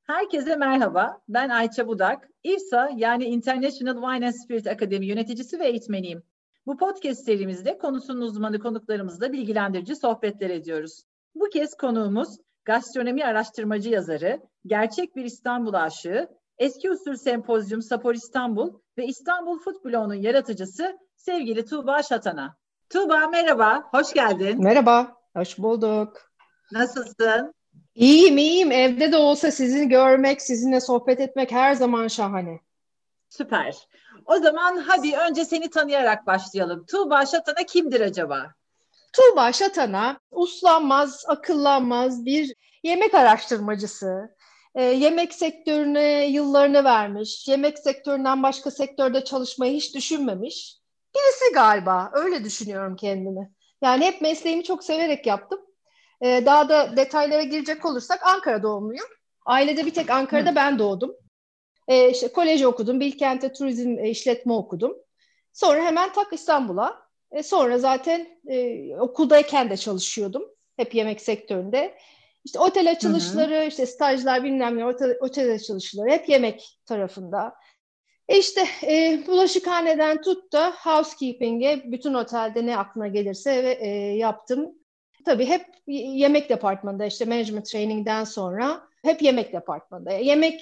Herkese merhaba, ben Ayça Budak. IFSA yani International Wine and Spirit Akademi yöneticisi ve eğitmeniyim. Bu podcast serimizde konusunun uzmanı konuklarımızla bilgilendirici sohbetler ediyoruz. Bu kez konuğumuz gastronomi araştırmacı yazarı, gerçek bir İstanbul aşığı, eski usul sempozyum Sapor İstanbul ve İstanbul Food Blog'un yaratıcısı sevgili Tuğba Şatan'a. Tuğba merhaba, hoş geldin. Merhaba, hoş bulduk. Nasılsın? İyiyim. Evde de olsa sizi görmek, sizinle sohbet etmek her zaman şahane. Süper. O zaman hadi önce seni tanıyarak başlayalım. Tuğba Şatan'a kimdir acaba? Tuğba Şatan'a uslanmaz, akıllanmaz bir yemek araştırmacısı. Yemek sektörüne yıllarını vermiş, yemek sektöründen başka sektörde çalışmayı hiç düşünmemiş. Birisi galiba, öyle düşünüyorum kendimi. Yani hep mesleğimi çok severek yaptım. Daha da detaylara girecek olursak Ankara doğumluyum. Ailede bir tek Ankara'da ben doğdum. İşte koleji okudum, Bilkent'te turizm işletme okudum. Sonra hemen tak İstanbul'a. Sonra zaten okuldayken de çalışıyordum. Hep yemek sektöründe. İşte otel açılışları, işte stajlar bilmem ne, otel açılışları hep yemek tarafında. İşte bulaşıkhaneden tut da housekeeping'e bütün otelde ne aklına gelirse yaptım. Tabii hep yemek departmanında işte management training'den sonra hep yemek departmanında.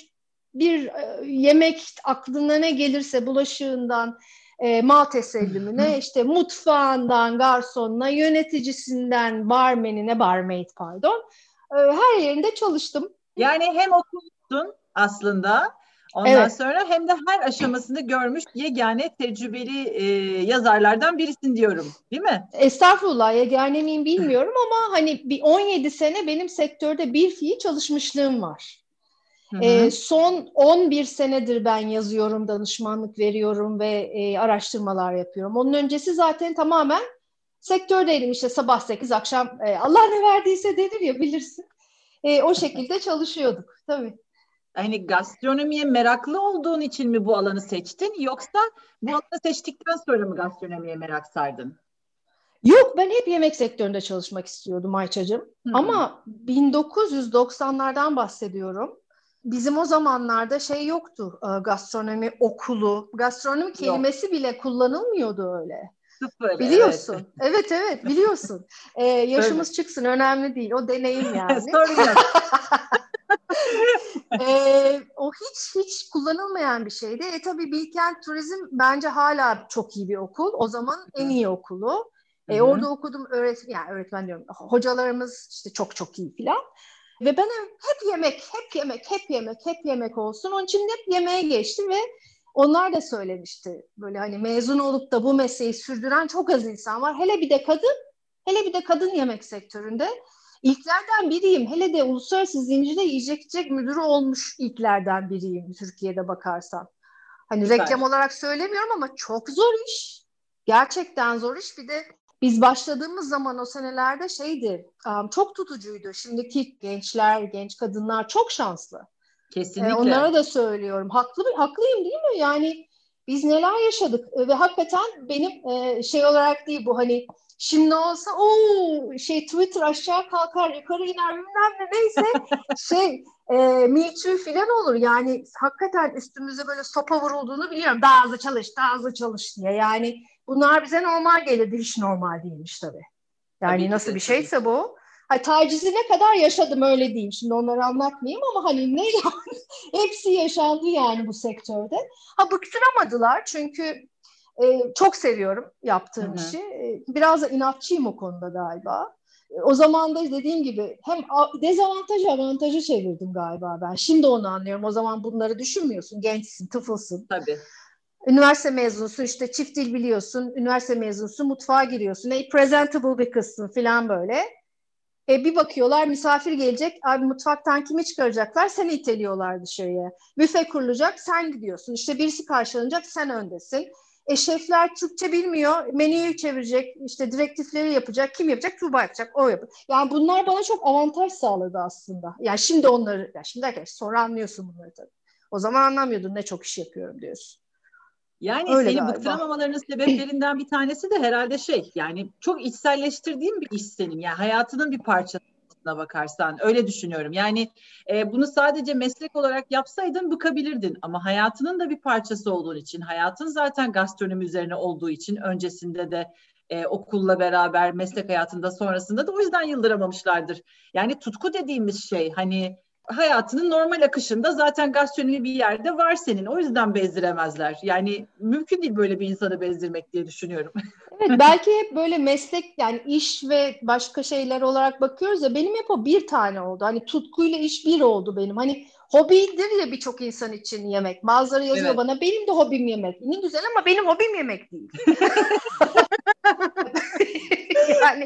Yemek aklına ne gelirse bulaşığından mal tesellümüne işte mutfağından garsonuna yöneticisinden barmaid pardon her yerinde çalıştım. Yani hem okulsun aslında ondan sonra hem de her aşamasını görmüş yegane tecrübeli yazarlardan birisin diyorum, değil mi? Estağfurullah, yegane miyim bilmiyorum ama hani bir 17 sene benim sektörde bir fiil çalışmışlığım var. Son 11 senedir ben yazıyorum, danışmanlık veriyorum ve araştırmalar yapıyorum. Onun öncesi zaten tamamen sektördeydim, işte sabah 8 akşam Allah ne verdiyse denir ya, bilirsin. O şekilde çalışıyorduk tabii. Hani gastronomiye meraklı olduğun için mi bu alanı seçtin yoksa bu alanı seçtikten sonra mı gastronomiye merak sardın? Yok, ben hep yemek sektöründe çalışmak istiyordum Ayça'cığım. Ama 1990'lardan bahsediyorum. Bizim o zamanlarda şey yoktu, gastronomi okulu. Gastronomi kelimesi bile kullanılmıyordu öyle. Sıfır, Biliyorsun. evet. Evet, biliyorsun. Yaşımız çıksın, önemli değil. O deneyim yani. Sorun yok. O hiç kullanılmayan bir şeydi. Tabii Bilkent Turizm bence hala çok iyi bir okul. O zaman en iyi okulu. Orada okudum, öğretmen diyorum. Hocalarımız işte çok iyi filan. Ve ben hep yemek olsun. Onun için hep yemeğe geçtim ve onlar da söylemişti. Böyle hani mezun olup da bu mesleği sürdüren çok az insan var. Hele bir de kadın yemek sektöründe. İlklerden biriyim. Hele de uluslararası zincirde yiyecek müdürü olmuş ilklerden biriyim Türkiye'de bakarsan. Hani Süper. reklam olarak söylemiyorum ama çok zor iş. Gerçekten zor iş. Bir de biz başladığımız zaman o senelerde çok tutucuydu. Şimdiki genç kadınlar çok şanslı. Kesinlikle. Onlara da söylüyorum. Haklıyım değil mi? Yani biz neler yaşadık ve hakikaten benim şey olarak değil bu, hani şimdi olsa Twitter aşağı kalkar yukarı iner bilmem ne, neyse Me Too filan olur. Yani hakikaten üstümüze böyle sopa vurulduğunu biliyorum. Daha hızlı çalış diye. Yani bunlar bize normal gelirdi. Hiç normal değilmiş tabii. Yani tabii nasıl de, bir şeyse bu. Tacizi ne kadar yaşadım öyle diyeyim. Şimdi onları anlatmayayım ama hani ne yani hepsi yaşandı yani bu sektörde. Bıktıramadılar çünkü çok seviyorum yaptığım işi. Biraz da inatçıyım o konuda galiba. O zaman da dediğim gibi hem dezavantajı avantajı çevirdim galiba ben. Şimdi onu anlıyorum. O zaman bunları düşünmüyorsun. Gençsin, tıfılsın. Tabii. Üniversite mezunusun, işte çift dil biliyorsun, üniversite mezunusun, mutfağa giriyorsun. Presentable bir kızsın falan böyle. Bir bakıyorlar misafir gelecek, abi mutfaktan kimi çıkaracaklar? Seni iteliyorlar dışarıya. Büfe kurulacak, sen gidiyorsun. İşte birisi karşılanacak, sen öndesin. Şefler Türkçe bilmiyor, menüyü çevirecek, işte direktifleri yapacak. Kim yapacak? Tuğba yapacak, o yapacak. Yani bunlar bana çok avantaj sağladı aslında. Yani şimdi şimdi derken sonra anlıyorsun bunları tabii. O zaman anlamıyordun, ne çok iş yapıyorum diyorsun. Yani Öyle seni galiba. bıktıramamalarının sebeplerinden bir tanesi de herhalde yani çok içselleştirdiğin bir iş senin. Yani hayatının bir parçası aslına bakarsan. Öyle düşünüyorum. Yani bunu sadece meslek olarak yapsaydın bıkabilirdin. Ama hayatının da bir parçası olduğun için, hayatın zaten gastronomi üzerine olduğu için öncesinde de okulla beraber meslek hayatında sonrasında da o yüzden yıldıramamışlardır. Yani tutku dediğimiz şey hani hayatının normal akışında zaten gastronomi bir yerde var senin. O yüzden bezdiremezler. Yani mümkün değil böyle bir insanı bezdirmek diye düşünüyorum. Evet, belki hep böyle meslek yani iş ve başka şeyler olarak bakıyoruz ya, benim hep o bir tane oldu. Hani tutkuyla iş bir oldu benim. Hani hobidir ya birçok insan için yemek. Bazıları yazıyor Evet. bana, benim de hobim yemek. Ne güzel ama benim hobim yemek değil. Yani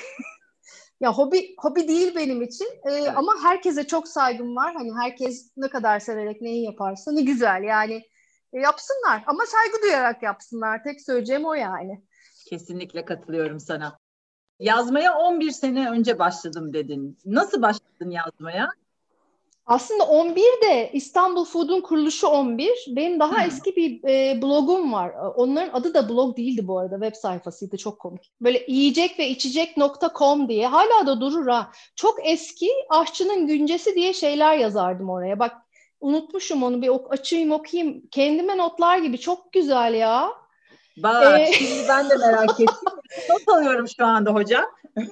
ya hobi değil benim için. Evet. Ama herkese çok saygım var. Hani herkes ne kadar severek neyi yaparsa ne güzel yani, yapsınlar ama saygı duyarak yapsınlar. Tek söyleyeceğim o yani. Kesinlikle katılıyorum sana. Yazmaya 11 sene önce başladım dedin. Nasıl başladın yazmaya? Aslında 11 de İstanbul Food'un kuruluşu 11. Benim daha Hmm. eski bir blogum var. Onların adı da blog değildi bu arada. Web sayfasıydı, çok komik. Böyle yiyecek ve içecek.com diye. Hala da durur ha. Çok eski, aşçının güncesi diye şeyler yazardım oraya. Bak, unutmuşum onu, bir açayım okuyayım. Kendime notlar gibi, çok güzel ya. Bak E, şimdi ben de merak ettim. Not alıyorum şu anda hocam.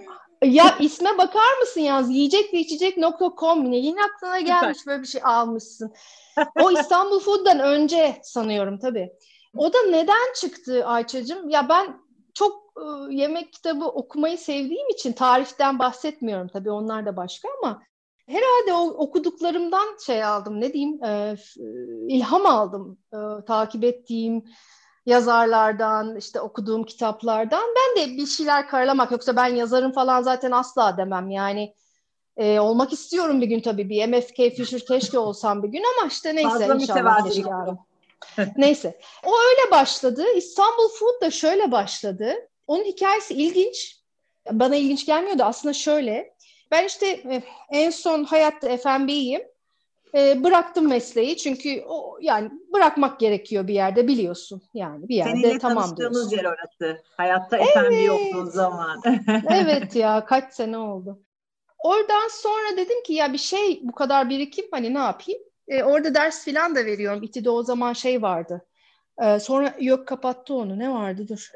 Ya isme bakar mısın yalnız? Yiyecek ve içecek.com, ne? Yine aklına Süper. gelmiş böyle bir şey almışsın. O İstanbul Food'dan önce sanıyorum tabii. O da neden çıktı Ayça'cığım? Ya ben çok yemek kitabı okumayı sevdiğim için, tariften bahsetmiyorum tabii, onlar da başka, ama herhalde o okuduklarımdan şey aldım, ne diyeyim, ilham aldım. Takip ettiğim yazarlardan, işte okuduğum kitaplardan. Ben de bir şeyler karalamak, yoksa ben yazarım falan zaten asla demem yani. Olmak istiyorum bir gün tabii, bir M.F.K. Fisher keşke olsam bir gün, ama işte neyse, Fazla inşallah mütevazilik keşke abi. bu. Neyse. O öyle başladı. İstanbul Food da şöyle başladı. Onun hikayesi ilginç. Bana ilginç gelmiyordu aslında, şöyle. Ben işte en son hayatta F&B'yim. Bıraktım mesleği çünkü o, yani bırakmak gerekiyor bir yerde, biliyorsun. Yani bir yerde Seninle tamam tanıştığımız diyorsun. yer orası. Hayatta F&B olduğun Evet. zaman. Evet ya, kaç sene oldu. Oradan sonra dedim ki ya bir şey, bu kadar birikim, hani ne yapayım? Orada ders falan da veriyorum. İTÜ'de o zaman şey vardı. Sonra yok, kapattı onu. Ne vardı? Dur.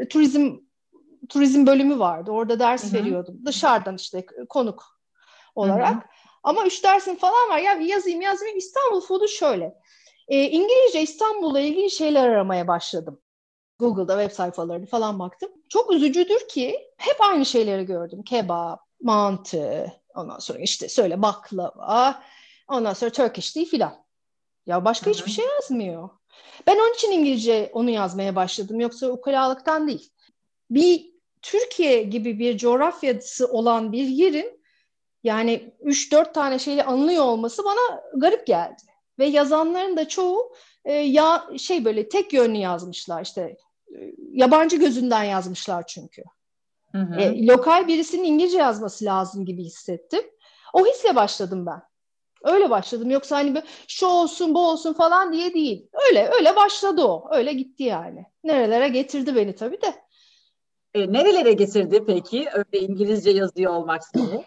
Turizm bölümü vardı. Orada Hı ders hı. veriyordum. Dışarıdan işte, konuk Hı hı. olarak. Ama 3 dersim falan var. Ya yazayım. İstanbul Food'u şöyle. İngilizce İstanbul'la ilgili şeyler aramaya başladım. Google'da web sayfalarını falan baktım. Çok üzücüdür ki hep aynı şeyleri gördüm. Kebap, mantı, ondan sonra işte söyle baklava, ondan sonra Turkish değil filan. Ya Hı başka hiçbir hı. şey yazmıyor. Ben onun için İngilizce onu yazmaya başladım. Yoksa ukalalıktan değil. Bir Türkiye gibi bir coğrafyası olan bir yerin yani 3-4 tane şeyle anılıyor olması bana garip geldi. Ve yazanların da çoğu ya şey, böyle tek yönlü yazmışlar işte, yabancı gözünden yazmışlar çünkü. Hı hı. Lokal birisinin İngilizce yazması lazım gibi hissettim. O hisle başladım ben. Öyle başladım. Yoksa hani böyle şu olsun bu olsun falan diye değil. Öyle başladı o. Öyle gitti yani. Nerelere getirdi beni tabii de. Nerelere getirdi peki? Öyle İngilizce yazıyor olmak seni.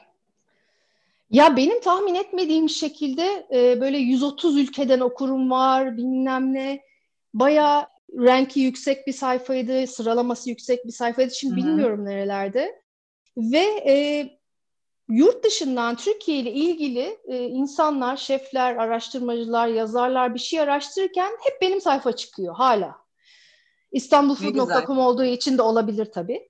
Ya benim tahmin etmediğim şekilde böyle 130 ülkeden okurum var, bilmem ne. Bayağı ranki yüksek bir sayfaydı, sıralaması yüksek bir sayfaydı. Hı Şimdi hı. bilmiyorum nerelerde. Ve yurt dışından Türkiye ile ilgili insanlar, şefler, araştırmacılar, yazarlar bir şey araştırırken hep benim sayfa çıkıyor hala. Ne güzel. İstanbulfood.com olduğu için de olabilir tabii.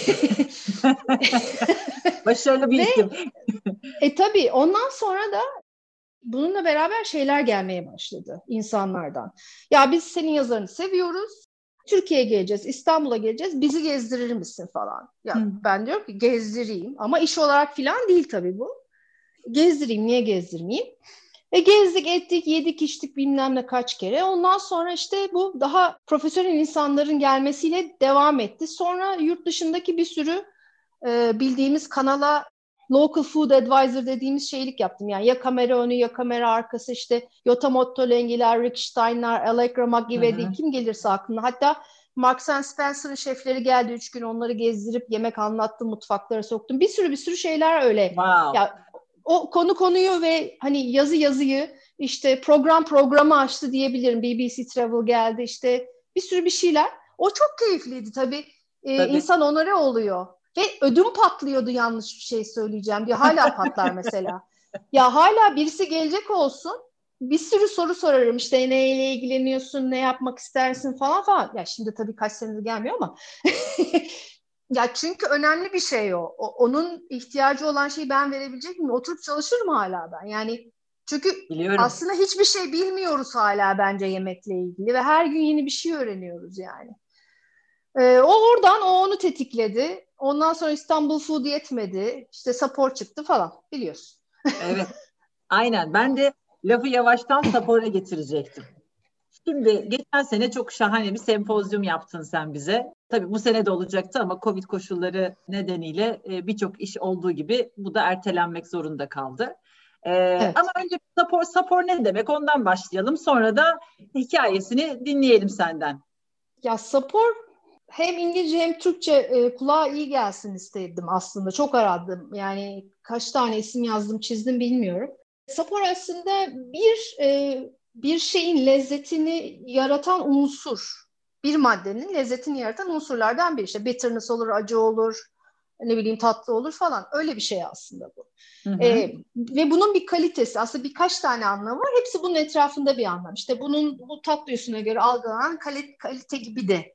Başarılı bir Ve isim. tabii ondan sonra da bununla beraber şeyler gelmeye başladı insanlardan. Ya biz senin yazarını seviyoruz. Türkiye'ye geleceğiz, İstanbul'a geleceğiz. Bizi gezdirir misin falan. Ya Hı. ben diyorum ki gezdireyim. Ama iş olarak falan değil tabii bu. Gezdireyim, niye gezdirmeyeyim? Gezdik, ettik, yedik, içtik bilmem ne kaç kere. Ondan sonra işte bu daha profesyonel insanların gelmesiyle devam etti. Sonra yurt dışındaki bir sürü bildiğimiz kanala local food advisor dediğimiz şeylik yaptım. Yani ya kamera önü ya kamera arkası, işte Yotamotto Lengiler, Rick Stein'lar, Allegra Hı Maggivelli, hı. kim gelirse aklına. Hatta Marks and Spencer'ın şefleri geldi 3 gün, onları gezdirip yemek anlattım, mutfaklara soktum. Bir sürü şeyler öyle. Wow. Ya o konu konuyu ve hani yazıyı işte programı açtı diyebilirim. BBC Travel geldi, işte bir sürü bir şeyler. O çok keyifliydi tabii. Tabii. İnsan onore oluyor. Ve ödüm patlıyordu yanlış bir şey söyleyeceğim diye. Hala patlar mesela. Ya hala birisi gelecek olsun, bir sürü soru sorarım. İşte neyle ilgileniyorsun, ne yapmak istersin falan falan. Ya şimdi tabii kaç senedir gelmiyor ama. Ya çünkü önemli bir şey o. Onun ihtiyacı olan şeyi ben verebilecek miyim? Oturup çalışırım hala ben. Yani çünkü Biliyorum. aslında hiçbir şey bilmiyoruz hala bence yemekle ilgili ve her gün yeni bir şey öğreniyoruz yani. O onu tetikledi. Ondan sonra İstanbul Food yetmedi. İşte Sapor çıktı falan, biliyorsun. Evet. Aynen. Ben de lafı yavaştan Sapor'a getirecektim. Şimdi geçen sene çok şahane bir sempozyum yaptın sen bize. Tabii bu sene de olacaktı ama Covid koşulları nedeniyle birçok iş olduğu gibi bu da ertelenmek zorunda kaldı. Ama Evet. önce Sapor ne demek? Ondan başlayalım. Sonra da hikayesini dinleyelim senden. Ya Sapor hem İngilizce hem Türkçe kulağa iyi gelsin istedim aslında. Çok aradım. Yani kaç tane isim yazdım, çizdim bilmiyorum. Sapor aslında bir şeyin lezzetini yaratan unsur. Bir maddenin lezzetini yaratan unsurlardan biri. İşte bitterness olur, acı olur, ne bileyim tatlı olur falan. Öyle bir şey aslında bu. Hı hı. Ve bunun bir kalitesi, aslında birkaç tane anlamı var. Hepsi bunun etrafında bir anlam. İşte bu tatlı üstüne göre algılanan kalite gibi de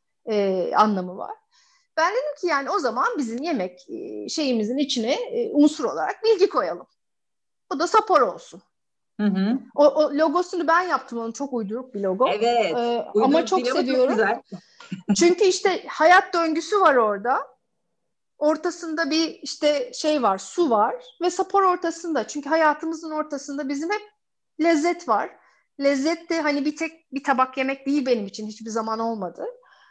anlamı var. Ben dedim ki yani o zaman bizim yemek şeyimizin içine unsur olarak bilgi koyalım. Bu da Sapor olsun. Hı hı. O logosunu ben yaptım, onun çok uyduruk bir logo. Evet. Ama Uyduruk çok değil ama çok seviyorum. güzel. Çünkü işte hayat döngüsü var orada. Ortasında bir işte şey var, su var ve Sapor ortasında. Çünkü hayatımızın ortasında bizim hep lezzet var. Lezzet de hani bir tek bir tabak yemek değil benim için, hiçbir zaman olmadı.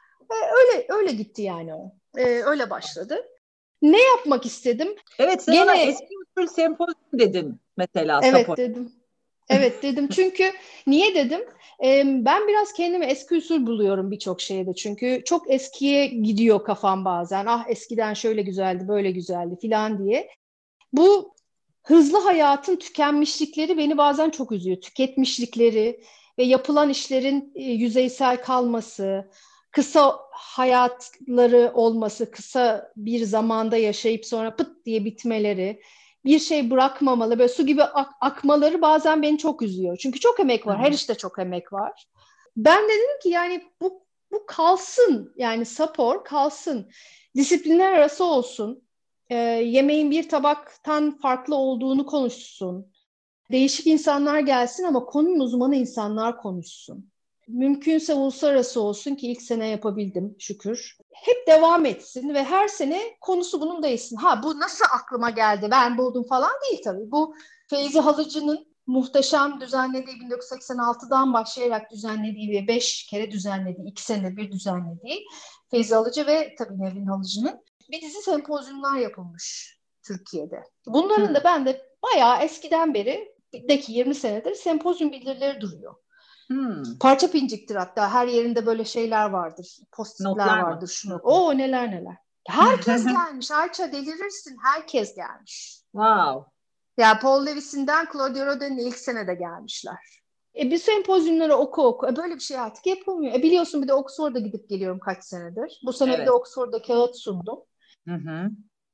Öyle gitti yani o. Öyle başladı. Ne yapmak istedim? Evet, sen ona Gene eski usul sempozyum dedin mesela Sapor. evet dedim. Evet dedim, çünkü niye dedim? Ben biraz kendimi eski usul buluyorum birçok şeyde. Çünkü çok eskiye gidiyor kafam bazen. Ah eskiden şöyle güzeldi, böyle güzeldi filan diye. Bu hızlı hayatın tükenmişlikleri beni bazen çok üzüyor. Tüketmişlikleri ve yapılan işlerin yüzeysel kalması, kısa hayatları olması, kısa bir zamanda yaşayıp sonra pıt diye bitmeleri, bir şey bırakmamalı, böyle su gibi akmaları bazen beni çok üzüyor. Çünkü çok emek Hı var, her hı. işte çok emek var. Ben de dedim ki yani bu kalsın, yani Sapor kalsın, disiplinler arası olsun. Yemeğin bir tabaktan farklı olduğunu konuşsun. Değişik insanlar gelsin ama konunun uzmanı insanlar konuşsun. Mümkünse uluslararası olsun ki ilk sene yapabildim şükür. Hep devam etsin ve her sene konusu bunun değişsin. Ha bu nasıl aklıma geldi, ben buldum falan değil tabii. Bu Feyzi Halıcı'nın muhteşem düzenlediği, 1986'dan başlayarak düzenlediği ve 5 kere düzenlediği, 2 senede bir düzenlediği Feyzi Halıcı ve tabii Nevin Halıcı'nın bir dizi sempozyumlar yapılmış Türkiye'de. Bunların Hı. da ben de bayağı eskiden beri, de ki 20 senedir sempozyum bildirileri duruyor. Hı. Parça pinciktir hatta, her yerinde böyle şeyler vardır, postitler Notlar mı? vardır, şunu. Hı. O neler neler. Herkes gelmiş Ayça, delirirsin, herkes gelmiş. Wow. Ya Paul Lewis'inden Claudia Rodin'in ilk senede gelmişler. Bir sempozyumları oku. Böyle bir şey artık yapılmıyor. Biliyorsun bir de Oxford'a gidip geliyorum kaç senedir. Bu sene bir de Evet. Oxford'da kağıt sundum. Hı hı.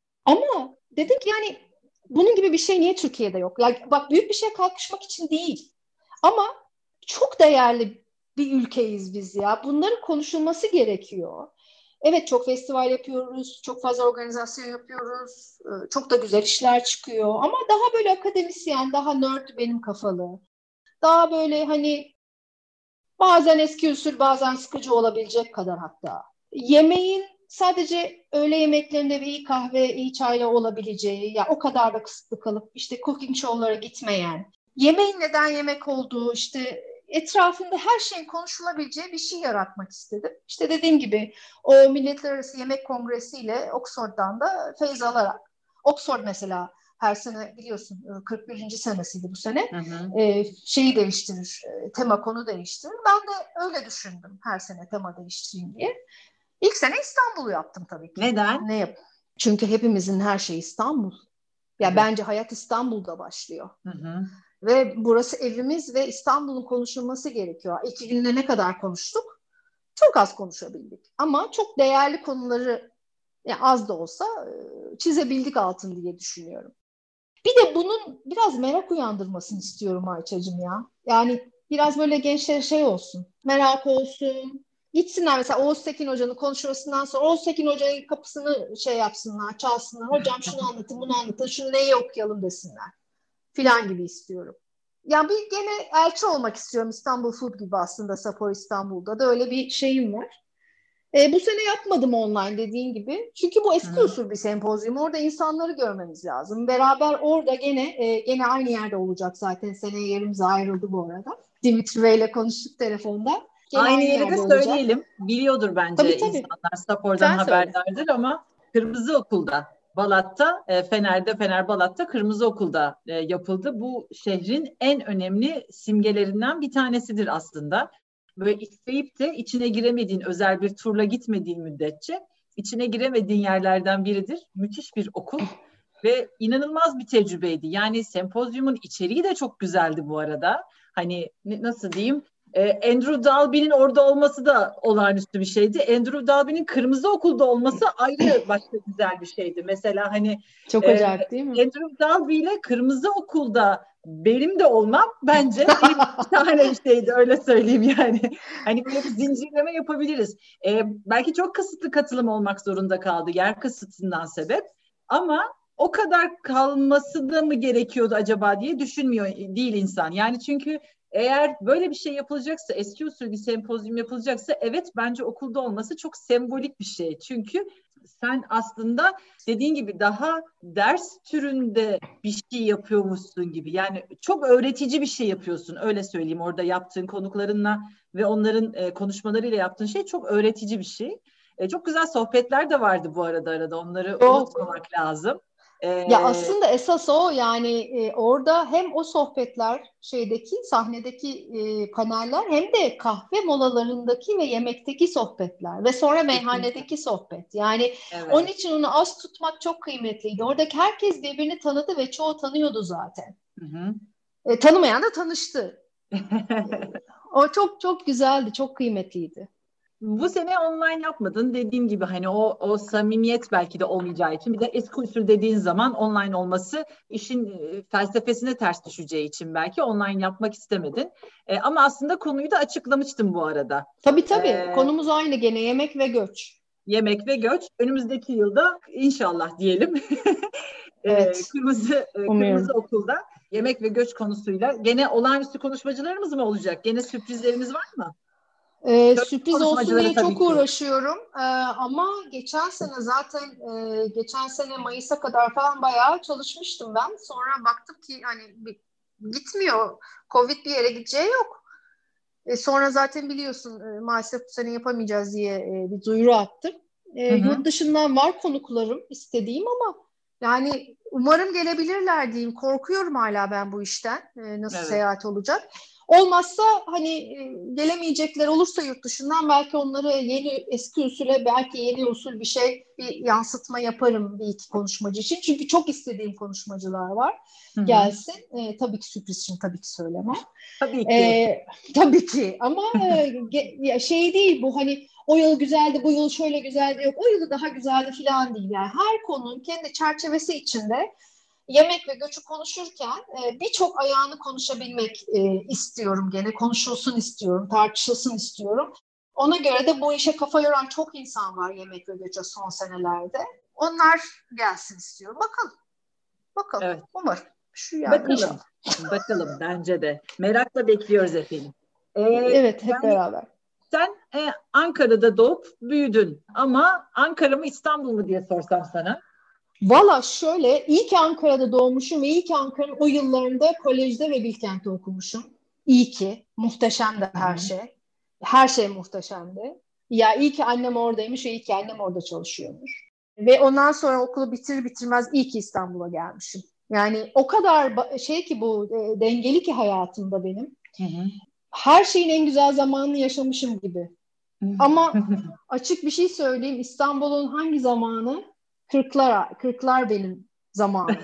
Ama dedim ki yani bunun gibi bir şey niye Türkiye'de yok? Yani bak, büyük bir şeye kalkışmak için değil. Ama çok değerli bir ülkeyiz biz ya. Bunların konuşulması gerekiyor. Evet, çok festival yapıyoruz, çok fazla organizasyon yapıyoruz, çok da güzel işler çıkıyor. Ama daha böyle akademisyen, daha nerd benim kafalı. Daha böyle hani bazen eski usul, bazen sıkıcı olabilecek kadar hatta. Yemeğin sadece öğle yemeklerinde bir iyi kahve, iyi çayla olabileceği, ya o kadar da kısıtlı kalıp işte cooking show'lara gitmeyen, yemeğin neden yemek olduğu, işte etrafında her şeyin konuşulabileceği bir şey yaratmak istedim. İşte dediğim gibi o Milletler Arası Yemek Kongresi ile Oxford'dan da feyz alarak, Oxford mesela her sene biliyorsun 41. senesiydi bu sene, Hı hı. şeyi değiştirir, tema konu değiştirir. Ben de öyle düşündüm, her sene tema değiştireyim diye. İlk sene İstanbul'u yaptım tabii ki. Neden? Ne yap? Çünkü hepimizin her şeyi İstanbul. Ya Evet. bence hayat İstanbul'da başlıyor. Hı hı. Ve burası evimiz ve İstanbul'un konuşulması gerekiyor. 2 günde ne kadar konuştuk? Çok az konuşabildik. Ama çok değerli konuları yani az da olsa çizebildik altın diye düşünüyorum. Bir de bunun biraz merak uyandırmasını istiyorum Ayça'cığım ya. Yani biraz böyle gençlere şey olsun, merak olsun. Gitsinler mesela Oğuz Tekin Hoca'nın konuşmasından sonra Oğuz Tekin Hoca'nın kapısını şey yapsınlar, çalsınlar. Hocam şunu anlatın, bunu anlatın, şunu neyi okuyalım desinler. Filan gibi istiyorum. Ya bir gene elçi olmak istiyorum İstanbul Food gibi aslında Sapo İstanbul'da da öyle bir şeyim var. Bu sene yapmadım online dediğin gibi. Çünkü bu eski Hı. usul bir sempozyum. Orada insanları görmemiz lazım. Beraber orada gene aynı yerde olacak zaten. Seneye yerimiz ayrıldı bu arada. Dimitri Bey'le konuştuk telefonda. Gene Aynı aynı yeri de yerde olacak. söyleyelim. Biliyordur Tabii bence tabii. insanlar, Sapor'dan Sen söyle. haberdardır ama Kırmızı Okul'da, Balat'ta, Fener'de, Fener Balat'ta Kırmızı Okul'da yapıldı. Bu şehrin en önemli simgelerinden bir tanesidir aslında. Böyle isteyip de içine giremediğin, özel bir turla gitmediğin müddetçe içine giremediğin yerlerden biridir. Müthiş bir okul ve inanılmaz bir tecrübeydi. Yani sempozyumun içeriği de çok güzeldi bu arada. Hani nasıl diyeyim? Andrew Dalby'nin orada olması da olağanüstü bir şeydi. Andrew Dalby'nin Kırmızı Okul'da olması ayrı başka güzel bir şeydi. Mesela hani Çok acayip değil mi? Andrew Dalby ile Kırmızı Okul'da benim de olmam bence bir tane bir şeydi, öyle söyleyeyim yani. Hani böyle bir zincirleme yapabiliriz. Belki çok kısıtlı katılım olmak zorunda kaldı yer kısıtından sebep, ama o kadar kalması da mı gerekiyordu acaba diye düşünmüyor değil insan. Yani çünkü eğer böyle bir şey yapılacaksa, eski usul bir sempozyum yapılacaksa, evet bence okulda olması çok sembolik bir şey. Çünkü sen aslında dediğin gibi daha ders türünde bir şey yapıyormuşsun gibi. Yani çok öğretici bir şey yapıyorsun, öyle söyleyeyim. Orada yaptığın konuklarınla ve onların konuşmalarıyla yaptığın şey çok öğretici bir şey. Çok güzel sohbetler de vardı bu arada, onları Çok. unutmamak lazım. Ya aslında esas o yani orada hem o sohbetler sahnedeki paneller hem de kahve molalarındaki ve yemekteki sohbetler ve sonra Kesinlikle. meyhanedeki sohbet. Yani onun Evet. için onu az tutmak çok kıymetliydi. Oradaki herkes birbirini tanıdı ve çoğu tanıyordu zaten. Hı hı. Tanımayan da tanıştı. O çok çok güzeldi, çok kıymetliydi. Bu sene online yapmadın. Dediğim gibi hani o samimiyet belki de olmayacağı için, bir de eski usul dediğin zaman online olması işin felsefesine ters düşeceği için belki online yapmak istemedin. Ama aslında konuyu da açıklamıştım bu arada. Tabii tabii. E, Konumuz aynı gene yemek ve göç. Yemek ve göç. Önümüzdeki yılda inşallah diyelim. Evet, Kırmızı umuyorum. Okul'da yemek ve göç konusuyla gene olağanüstü konuşmacılarımız mı olacak? Gene sürprizlerimiz var mı? Köylü Sürpriz olsun konuşmacıları diye çok tabii ki. uğraşıyorum. Ama geçen sene Mayıs'a kadar falan bayağı çalışmıştım ben. Sonra baktım ki hani gitmiyor. Covid bir yere gideceği yok. Sonra zaten biliyorsun maalesef bu sene yapamayacağız diye bir duyuru attım. Hı hı. Yurt dışından var konuklarım istediğim ama yani umarım gelebilirler diyeyim. Korkuyorum hala ben bu işten. Nasıl Evet. seyahat olacak? Olmazsa hani gelemeyecekler olursa yurt dışından belki onları eski usule belki yeni usul bir yansıtma yaparım bir iki konuşmacı için. Çünkü çok istediğim konuşmacılar var. Hı hı. Gelsin. Tabii ki sürpriz için tabii ki söylemem. Tabii ki. Tabii ki ama şey değil bu hani o yıl güzeldi bu yıl şöyle güzeldi yok o yılı daha güzeldi falan değil yani her konunun kendi çerçevesi içinde yemek ve göçü konuşurken birçok ayağını konuşabilmek istiyorum gene konuşulsun istiyorum tartışılsın istiyorum ona göre de bu işe kafa yoran çok insan var yemek ve göçe son senelerde onlar gelsin istiyorum bakalım Evet. umarım şu yani Bakalım. inşallah Bakalım, bence de. Merakla bekliyoruz efendim. Ee, evet hep Yani beraber. sen Ankara'da doğup büyüdün ama Ankara mı İstanbul mu diye sorsam sana. Valla şöyle, iyi ki Ankara'da doğmuşum ve iyi ki Ankara'nın o yıllarında kolejde ve Bilkent'te okumuşum. İyi ki. Muhteşemdi Hı her hı. şey. Her şey muhteşemdi. Ya iyi ki annem oradaymış ve iyi ki annem orada çalışıyormuş. Ve ondan sonra okulu bitirir bitirmez iyi ki İstanbul'a gelmişim. Yani o kadar şey ki bu dengeli ki hayatımda benim. Hı hı. Her şeyin en güzel zamanını yaşamışım gibi. Ama açık bir şey söyleyeyim İstanbul'un hangi zamanı? Kırklar benim zamanı.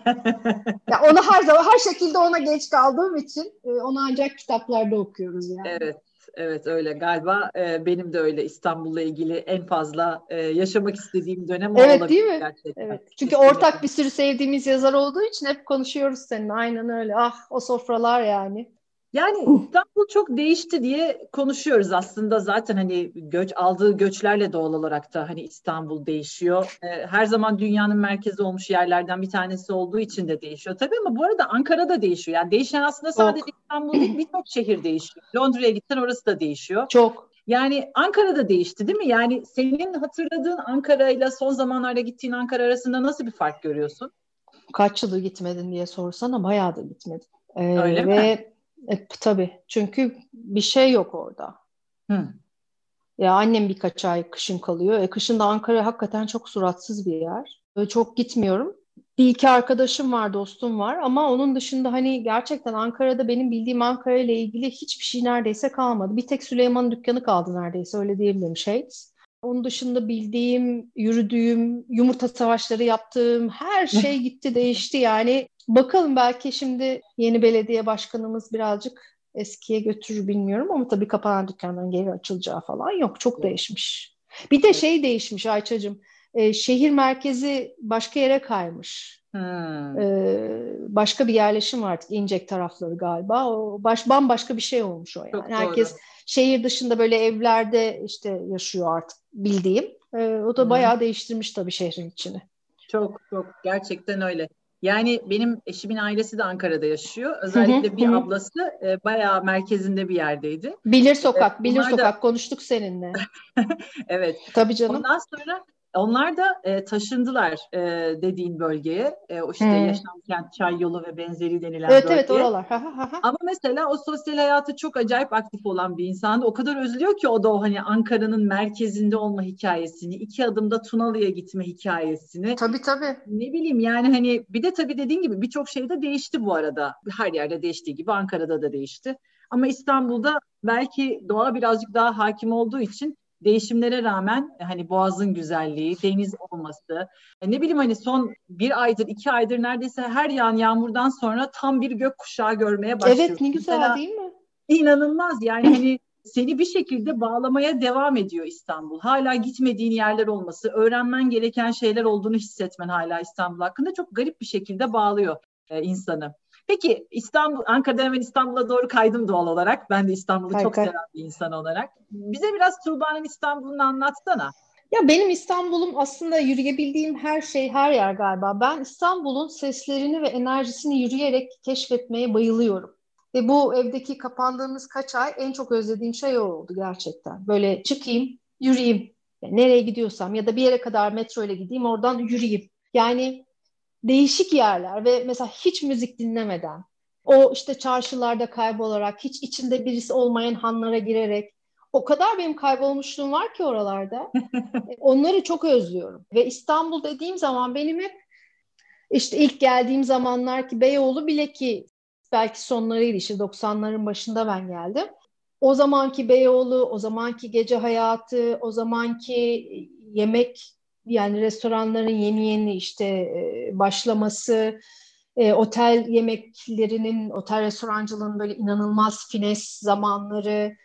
Ya onu her şekilde ona geç kaldığım için onu ancak kitaplarda okuyoruz yani. Evet. Evet öyle galiba benim de öyle İstanbul'la ilgili en fazla yaşamak istediğim dönem o Evet olabilir değil mi? gerçekten. Evet. Çünkü Kesinlikle. ortak bir sürü sevdiğimiz yazar olduğu için hep konuşuyoruz seninle. Aynen öyle. Ah o sofralar yani. Yani İstanbul çok değişti diye konuşuyoruz aslında zaten hani aldığı göçlerle doğal olarak da hani İstanbul değişiyor. Her zaman dünyanın merkezi olmuş yerlerden bir tanesi olduğu için de değişiyor tabii ama bu arada Ankara'da değişiyor. Yani değişen aslında sadece Çok. İstanbul değil birçok şehir değişiyor. Londra'ya gitsen orası da değişiyor. Çok. Yani Ankara'da değişti değil mi? Yani senin hatırladığın Ankara ile son zamanlarda gittiğin Ankara arasında nasıl bir fark görüyorsun? Kaç yıldır gitmedin diye sorsana bayağı da gitmedim. Öyle mi? Ve tabii çünkü bir şey yok orada. Hı. Ya annem birkaç ay kışın kalıyor. Kışın da Ankara hakikaten çok suratsız bir yer. Çok gitmiyorum. Bir iki arkadaşım var, dostum var ama onun dışında hani gerçekten Ankara'da benim bildiğim Ankara ile ilgili hiçbir şey neredeyse kalmadı. Bir tek Süleyman'ın dükkanı kaldı neredeyse öyle diyebilirim Onun dışında bildiğim, yürüdüğüm, yumurta savaşları yaptığım her şey gitti değişti yani. Bakalım belki şimdi yeni belediye başkanımız birazcık eskiye götürür bilmiyorum ama tabii kapanan dükkanların geri açılacağı falan yok. Çok değişmiş. Bir de şey değişmiş Ayça'cığım. Şehir merkezi başka yere kaymış. Hmm. Başka bir yerleşim var artık İncek tarafları galiba. Bambaşka bir şey olmuş o yani. Çok doğru. Herkes şehir dışında böyle evlerde işte yaşıyor artık bildiğim. O da Hı-hı. bayağı değiştirmiş tabii şehrin içini. Çok çok gerçekten öyle. Yani benim eşimin ailesi de Ankara'da yaşıyor. Hı hı, Özellikle hı bir hı. ablası bayağı merkezinde bir yerdeydi. Bilir Onlar da Sokak konuştuk seninle. evet. Tabii canım. Ondan sonra onlar da taşındılar dediğin bölgeye. O işte Hı. Yaşam Kent, Çay Yolu ve benzeri denilen Evet evet bölgeye. oralar. Ha, ha, ha. Ama mesela o sosyal hayatı çok acayip aktif olan bir insandı. O kadar özlüyor ki o da o hani Ankara'nın merkezinde olma hikayesini, 2 adımda Tunalı'ya gitme hikayesini. Tabii tabii. Ne bileyim yani hani bir de tabii dediğin gibi birçok şey de değişti bu arada. Her yerde değiştiği gibi Ankara'da da değişti. Ama İstanbul'da belki doğa birazcık daha hakim olduğu için değişimlere rağmen hani Boğaz'ın güzelliği, deniz olması, ne bileyim hani son 1 aydır, 2 aydır neredeyse her yağan yağmurdan sonra tam bir gökkuşağı görmeye Evet başlıyoruz. ne güzel Mesela değil mi? inanılmaz yani hani seni bir şekilde bağlamaya devam ediyor İstanbul. Hala gitmediğin yerler olması, öğrenmen gereken şeyler olduğunu hissetmen hala İstanbul hakkında çok garip bir şekilde bağlıyor insanı. Peki Ankara'dan hemen İstanbul'a doğru kaydım doğal olarak. Ben de İstanbul'u Kay çok kay. seven bir insan olarak. Bize biraz Tuğba'nın İstanbul'unu anlatsana. Ya benim İstanbul'um aslında yürüyebildiğim her şey, her yer galiba. Ben İstanbul'un seslerini ve enerjisini yürüyerek keşfetmeye bayılıyorum. Ve bu evdeki kapandığımız kaç ay en çok özlediğim şey o oldu gerçekten. Böyle çıkayım, yürüyeyim. Yani nereye gidiyorsam ya da bir yere kadar metro ile gideyim, oradan yürüyeyim. Yani değişik yerler ve mesela hiç müzik dinlemeden, o işte çarşılarda kaybolarak, hiç içinde birisi olmayan hanlara girerek, o kadar benim kaybolmuşluğum var ki oralarda. Onları çok özlüyorum. Ve İstanbul dediğim zaman benim hep işte ilk geldiğim zamanlar ki Beyoğlu bile ki belki sonlarıydı işte 90'ların başında ben geldim. O zamanki Beyoğlu, o zamanki gece hayatı, o zamanki yemek yani restoranların yeni yeni işte başlaması, otel yemeklerinin, otel restorancılığının böyle inanılmaz fines zamanları,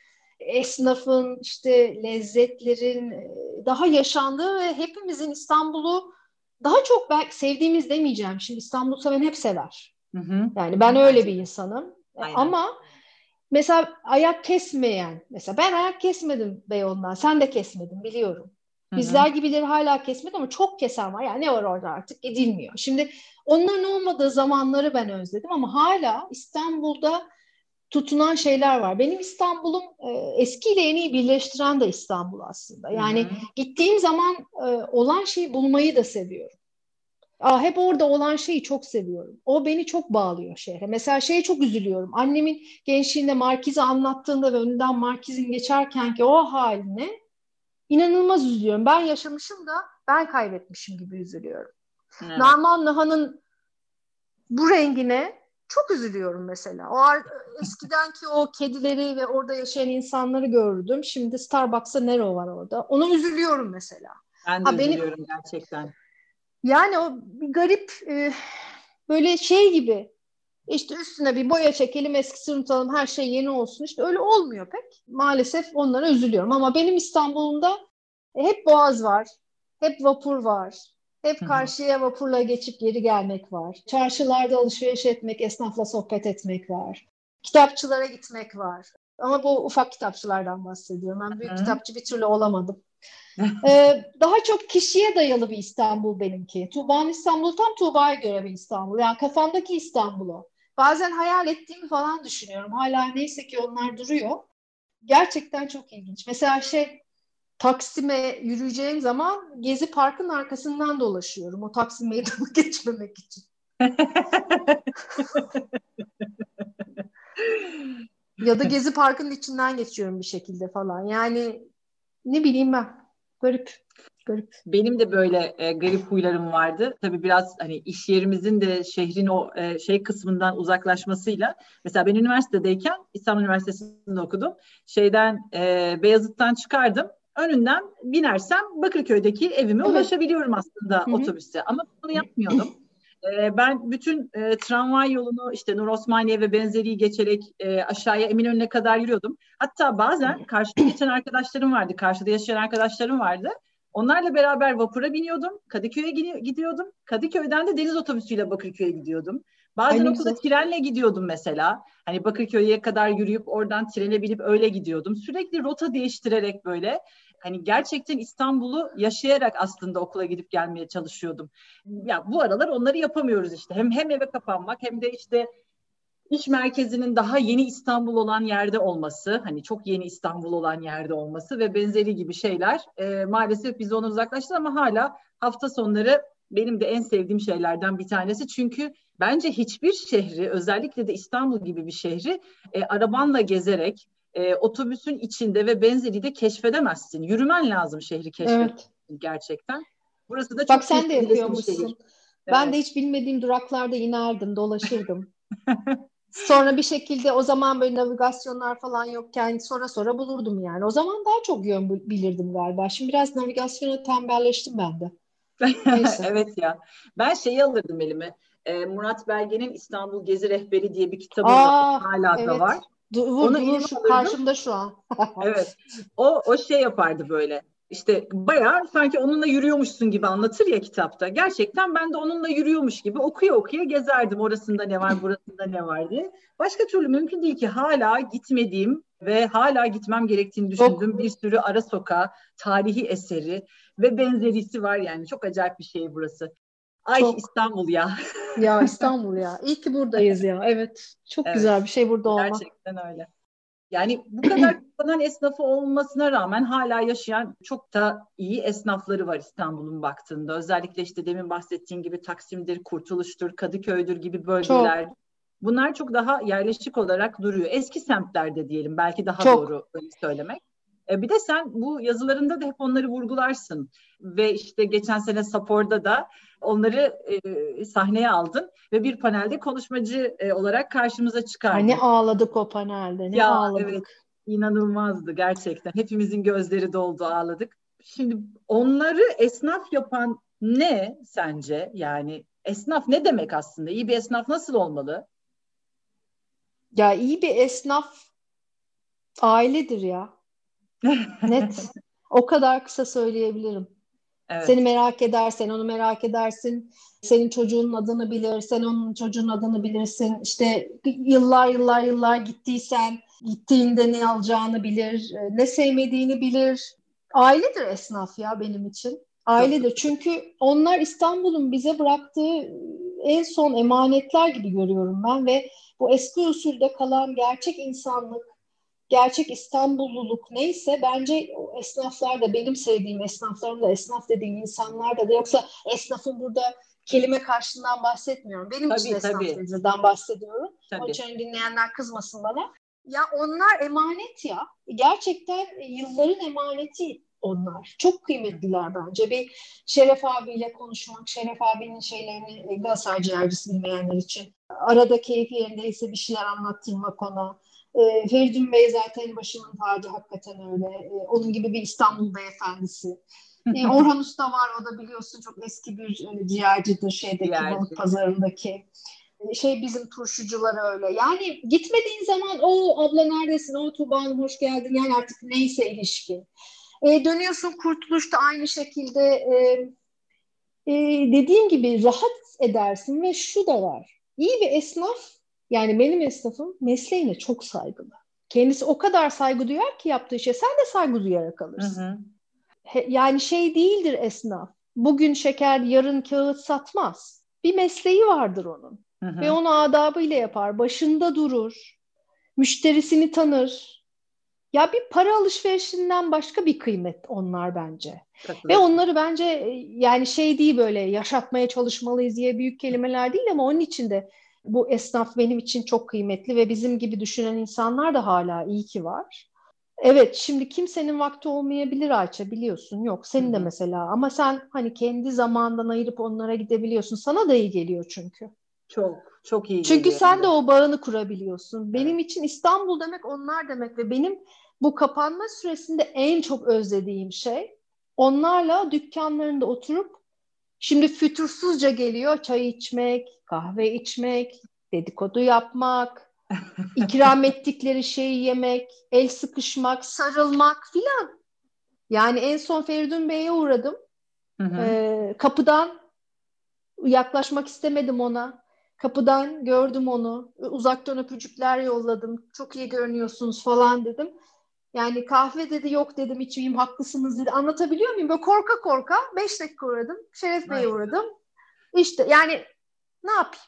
esnafın işte lezzetlerin daha yaşandığı ve hepimizin İstanbul'u daha çok belki sevdiğimiz demeyeceğim. Şimdi İstanbul'u seven hep sever. Hı hı. Yani ben öyle Bence bir de. insanım. Aynen. Ama mesela ayak kesmeyen, mesela ben ayak kesmedim Beyoğlu'ndan, sen de kesmedin biliyorum. Hı hı. Bizler gibileri hala kesmedi ama çok kesen var. Yani ne var orada artık gidilmiyor. Şimdi onların olmadığı zamanları ben özledim ama hala İstanbul'da tutunan şeyler var. Benim İstanbul'um eski ile yeniyi birleştiren de İstanbul aslında. Hı Yani hı. gittiğim zaman olan şeyi bulmayı da seviyorum. Hep orada olan şeyi çok seviyorum. O beni çok bağlıyor şehre. Mesela şeye çok üzülüyorum. Annemin gençliğinde Markiz'i anlattığında ve önünden Markiz'in geçerken ki o haline inanılmaz üzülüyorum. Ben yaşamışım da ben kaybetmişim gibi üzülüyorum. Evet. Narman Naha'nın bu rengine çok üzülüyorum mesela. Eskidenki o kedileri ve orada yaşayan insanları gördüm. Şimdi Starbucks'a Nero var orada. Ona üzülüyorum mesela. Ben de Ha benim üzülüyorum gerçekten. Yani o bir garip böyle şey gibi. İşte üstüne bir boya çekelim, eskisini unutalım, her şey yeni olsun. İşte öyle olmuyor pek. Maalesef onlara üzülüyorum. Ama benim İstanbul'umda hep boğaz var, hep vapur var, hep Hı hı. karşıya vapurla geçip geri gelmek var. Çarşılarda alışveriş etmek, esnafla sohbet etmek var. Kitapçılara gitmek var. Ama bu ufak kitapçılardan bahsediyorum. Ben büyük Hı. kitapçı bir türlü olamadım. Daha çok kişiye dayalı bir İstanbul benimki. Tuğba'nın İstanbul'u tam Tuğba'ya göre bir İstanbul. Yani kafamdaki İstanbul'u. Bazen hayal ettiğimi falan düşünüyorum. Hala neyse ki onlar duruyor. Gerçekten çok ilginç. Mesela Taksim'e yürüyeceğim zaman Gezi Park'ın arkasından dolaşıyorum. O Taksim Meydanı geçmemek için. Ya da Gezi Park'ın içinden geçiyorum bir şekilde falan. Yani ne bileyim ben. Garip. Garip. Benim de böyle garip huylarım vardı. Tabii biraz hani iş yerimizin de şehrin o şey kısmından uzaklaşmasıyla. Mesela ben üniversitedeyken İstanbul Üniversitesi'nde okudum. Beyazıt'tan çıkardım. Önünden binersem Bakırköy'deki evime Evet. ulaşabiliyorum aslında Hı hı. otobüste. Ama bunu yapmıyordum. Ben bütün tramvay yolunu işte Nur Osmaniye ve benzeri geçerek aşağıya Eminönü'ne kadar yürüyordum. Hatta bazen karşıda geçen arkadaşlarım vardı, karşıda yaşayan arkadaşlarım vardı. Onlarla beraber vapura biniyordum, Kadıköy'e gidiyordum. Kadıköy'den de deniz otobüsüyle Bakırköy'e gidiyordum. Ay Bazen ne okula güzel. trenle gidiyordum mesela. Hani Bakırköy'e kadar yürüyüp oradan trene binip öyle gidiyordum. Sürekli rota değiştirerek böyle. Hani gerçekten İstanbul'u yaşayarak aslında okula gidip gelmeye çalışıyordum. Ya bu aralar onları yapamıyoruz işte. Hem eve kapanmak hem de işte iş merkezinin daha yeni İstanbul olan yerde olması, hani çok yeni İstanbul olan yerde olması ve benzeri gibi şeyler maalesef bizi ona uzaklaştı ama hala hafta sonları benim de en sevdiğim şeylerden bir tanesi. Çünkü bence hiçbir şehri, özellikle de İstanbul gibi bir şehri arabanla gezerek, otobüsün içinde ve benzeri de keşfedemezsin. Yürümen lazım şehri keşfetmek Evet. için gerçekten. Burası da Bak çok sen de keşfedilesi bir şehir. yapıyormuşsun. Ben Evet. de hiç bilmediğim duraklarda inerdim, dolaşırdım. Sonra bir şekilde o zaman böyle navigasyonlar falan yokken sonra bulurdum yani. O zaman daha çok yön bilirdim galiba. Şimdi biraz navigasyona tembelleştim ben de. Neyse. Evet ya. Ben şeyi alırdım elime. Murat Belge'nin İstanbul Gezi Rehberi diye bir kitabı var. Aa, Hala da var. evet. Dur Onu dur elime şu alırdım. karşımda şu an. Evet. O şey yapardı böyle. İşte bayağı sanki onunla yürüyormuşsun gibi anlatır ya kitapta. Gerçekten ben de onunla yürüyormuş gibi okuya okuya gezerdim. Orasında ne var, burasında ne var diye. Başka türlü mümkün değil ki hala gitmediğim ve hala gitmem gerektiğini Çok. düşündüğüm bir sürü ara sokağı, tarihi eseri ve benzerisi var yani. Çok acayip bir şey burası. Ay Çok. İstanbul ya. Ya İstanbul ya. İyi ki buradayız ya. Evet. Çok Evet, güzel bir şey burada olmak. gerçekten öyle. Yani bu kadar kapanan esnafı olmasına rağmen hala yaşayan çok da iyi esnafları var İstanbul'un baktığında. Özellikle işte demin bahsettiğim gibi Taksim'dir, Kurtuluş'tur, Kadıköy'dür gibi Çok. bölgeler. Bunlar çok daha yerleşik olarak duruyor. Eski semtlerde diyelim, belki daha Çok. doğru öyle söylemek. Bir de sen bu yazılarında da hep onları vurgularsın. Ve işte geçen sene Sapor'da da onları sahneye aldın ve bir panelde konuşmacı olarak karşımıza Ay ne çıkardın. ağladık o panelde. Ne Ya evet, ağladık. inanılmazdı gerçekten. Hepimizin gözleri doldu, ağladık. Şimdi onları esnaf yapan ne sence? Yani esnaf ne demek aslında? İyi bir esnaf nasıl olmalı? Ya iyi bir esnaf ailedir ya. Net. O kadar kısa söyleyebilirim. Seni Evet, merak eder, sen onu merak edersin. Senin çocuğunun adını bilir, sen onun çocuğunun adını bilirsin. İşte yıllar gittiysen, gittiğinde ne alacağını bilir, ne sevmediğini bilir. Ailedir esnaf ya benim için. çok Ailedir. Çünkü onlar İstanbul'un bize bıraktığı en son emanetler gibi görüyorum ben ve bu eski usulde kalan gerçek insanlık, gerçek İstanbulluluk neyse bence o esnaflar da benim sevdiğim esnaflarım da esnaf dediğim insanlar da yoksa esnafın burada kelime karşılığından bahsetmiyorum. Benim için tabii esnaf tabii dediğimden bahsediyorum. Onun tabii. için dinleyenler kızmasın bana. Ya onlar emanet ya. Gerçekten yılların emaneti onlar. Çok kıymetliler bence. Bir Şeref abiyle konuşmak, Şeref abinin şeylerini Galatasaray ciğercisi bilmeyenler için. Arada keyfi yerindeyse bir şeyler anlattırmak ona. Feridun Bey zaten başımın tacı, hakikaten öyle. Onun gibi bir İstanbul beyefendisi. Orhan Usta var, o da biliyorsun çok eski bir ciğercidir balık pazarındaki. Bizim turşucular öyle. Yani gitmediğin zaman o abla neredesin, o Tuğba Hanım hoş geldin, yani artık neyse ilişki. Dönüyorsun Kurtuluş'ta aynı şekilde dediğim gibi rahat edersin ve şu da var. İyi bir esnaf, yani benim esnafım mesleğine çok saygılı. Kendisi o kadar saygı duyar ki yaptığı işe sen de saygı duyarak alırsın. Hı hı. Yani değildir esnaf. Bugün şeker, yarın kağıt satmaz. Bir mesleği vardır onun. Hı hı. Ve onu adabıyla yapar. Başında durur. Müşterisini tanır. Ya bir para alışverişinden başka bir kıymet onlar bence. Ve onları bence yani değil, böyle yaşatmaya çalışmalıyız diye büyük kelimeler değil, ama onun için de bu esnaf benim için çok kıymetli ve bizim gibi düşünen insanlar da hala iyi ki var. Evet, şimdi kimsenin vakti olmayabilir Ayça, biliyorsun. Yok, senin de mesela, ama sen hani kendi zamandan ayırıp onlara gidebiliyorsun. Sana da iyi geliyor çünkü. Çok iyi çünkü geliyor. Sen de o bağını kurabiliyorsun. Benim için İstanbul demek onlar demek ve benim bu kapanma süresinde en çok özlediğim şey onlarla dükkanlarında oturup, şimdi fütursuzca geliyor, çay içmek, kahve içmek, dedikodu yapmak, ikram ettikleri şeyi yemek, el sıkışmak, sarılmak filan. Yani en son Feridun Bey'e uğradım. Kapıdan yaklaşmak istemedim ona. Kapıdan gördüm onu. Uzaktan öpücükler yolladım. Çok iyi görünüyorsunuz falan dedim. Yani kahve dedi, yok dedim, içmeyeyim, haklısınız dedi. Anlatabiliyor muyum? Böyle korka korka 5 dakika uğradım. Şeref Bey'e uğradım. İşte yani ne yapayım?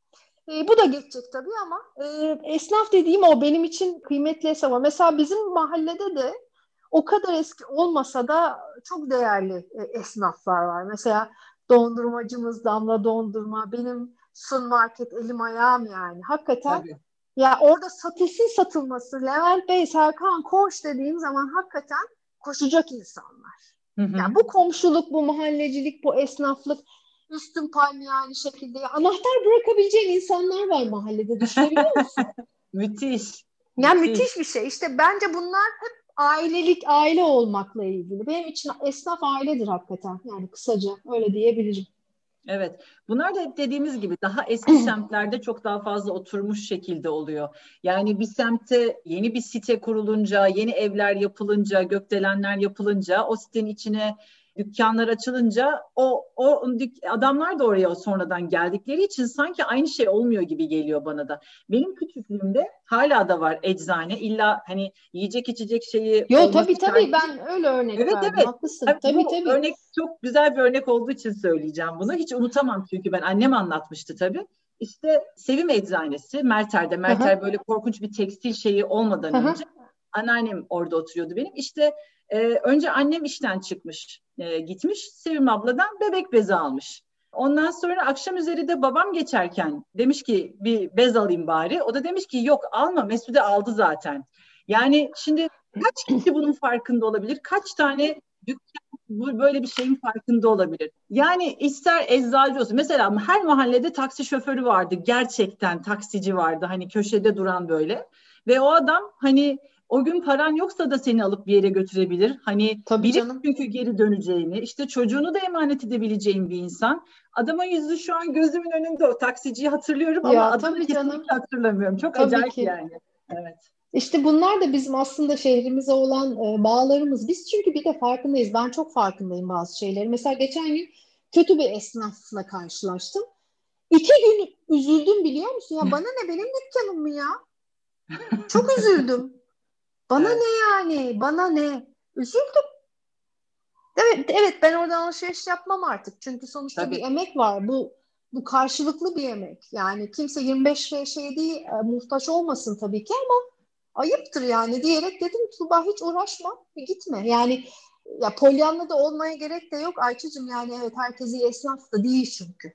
Bu da geçecek tabii ama esnaf dediğim o benim için kıymetli esnaf. Mesela bizim mahallede de o kadar eski olmasa da çok değerli esnaflar var. Mesela dondurmacımız Damla Dondurma, benim Sun Market elim ayağım yani. Hakikaten tabii. Ya orada satılsın satılması, Levent Bey, Serkan koş dediğim zaman hakikaten koşacak insanlar. Yani bu komşuluk, bu mahallecilik, bu esnaflık, üstün palmiye aynı şekilde. Anahtar bırakabileceğin insanlar var mahallede, düşünebiliyor musun? Müthiş. Yani müthiş bir şey. İşte bence bunlar hep aile olmakla ilgili. Benim için esnaf ailedir hakikaten. Yani kısaca öyle diyebilirim. Evet. Bunlar da dediğimiz gibi daha eski semtlerde çok daha fazla oturmuş şekilde oluyor. Yani bir semtte yeni bir site kurulunca, yeni evler yapılınca, gökdelenler yapılınca, o sitenin içine dükkanlar açılınca o adamlar da oraya sonradan geldikleri için sanki aynı şey olmuyor gibi geliyor bana da. Benim küçüklüğümde hala da var eczane. İlla hani yiyecek içecek şeyi olması tabii ben öyle örnek verdim. Evet. Haklısın. Tabii. Örnek çok güzel bir örnek olduğu için söyleyeceğim bunu. Hiç unutamam çünkü annem anlatmıştı tabii. İşte Sevim Eczanesi Merter'de. Merter böyle korkunç bir tekstil şeyi olmadan önce anneannem orada oturuyordu benim. İşte önce annem işten çıkmış, gitmiş. Sevim abladan bebek bezi almış. Ondan sonra akşam üzeri de babam geçerken demiş ki bir bez alayım bari. O da demiş ki yok alma, Mesude aldı zaten. Yani şimdi kaç kişi bunun farkında olabilir? Kaç tane dükkan böyle bir şeyin farkında olabilir? Yani ister eczacı olsun. Mesela her mahallede taksi şoförü vardı. Gerçekten taksici vardı. Hani köşede duran böyle. Ve o adam hani o gün paran yoksa da seni alıp bir yere götürebilir. Hani biri çünkü geri döneceğini, işte çocuğunu da emanet edebileceğin bir insan. Adamın yüzü şu an gözümün önünde, o taksiciyi hatırlıyorum ama adını kesinlikle hatırlamıyorum. Çok acayip yani. Evet. İşte bunlar da bizim aslında şehrimize olan bağlarımız. Biz çünkü bir de farkındayız. Ben çok farkındayım bazı şeyleri. Mesela geçen gün kötü bir esnafla karşılaştım. 2 gün üzüldüm, biliyor musun? Ya bana ne, benim dükkanım mı ya? Çok üzüldüm. Bana ne yani? Bana ne? Üzüldüm. Evet, ben oradan alışveriş yapmam artık. Çünkü sonuçta bir emek var. Bu karşılıklı bir emek. Yani kimse 25 liraya değil, muhtaç olmasın tabii ki, ama ayıptır yani diyerek dedim Tuğba hiç uğraşma, gitme. Yani ya Polyanna olmaya gerek de yok Ayça'cığım, yani evet herkes iyi esnaf da değil çünkü.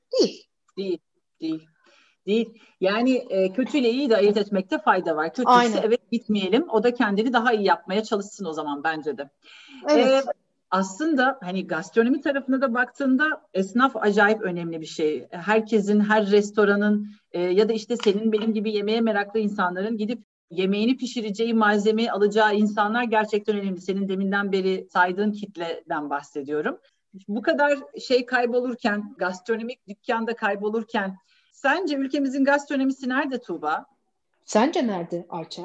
Değil. Yani kötüyle iyi de ayırt etmekte fayda var. Kötüyse evet gitmeyelim. O da kendini daha iyi yapmaya çalışsın o zaman bence de. Evet. Aslında hani gastronomi tarafına da baktığında esnaf acayip önemli bir şey. Herkesin, her restoranın ya da işte senin benim gibi yemeğe meraklı insanların gidip yemeğini pişireceği malzemeyi alacağı insanlar gerçekten önemli. Senin deminden beri saydığın kitleden bahsediyorum. Bu kadar şey kaybolurken, gastronomik dükkanda kaybolurken sence ülkemizin gastronomisi nerede Tuğba? Sence nerede Ayça?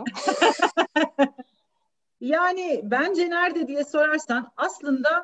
Yani bence nerede diye sorarsan aslında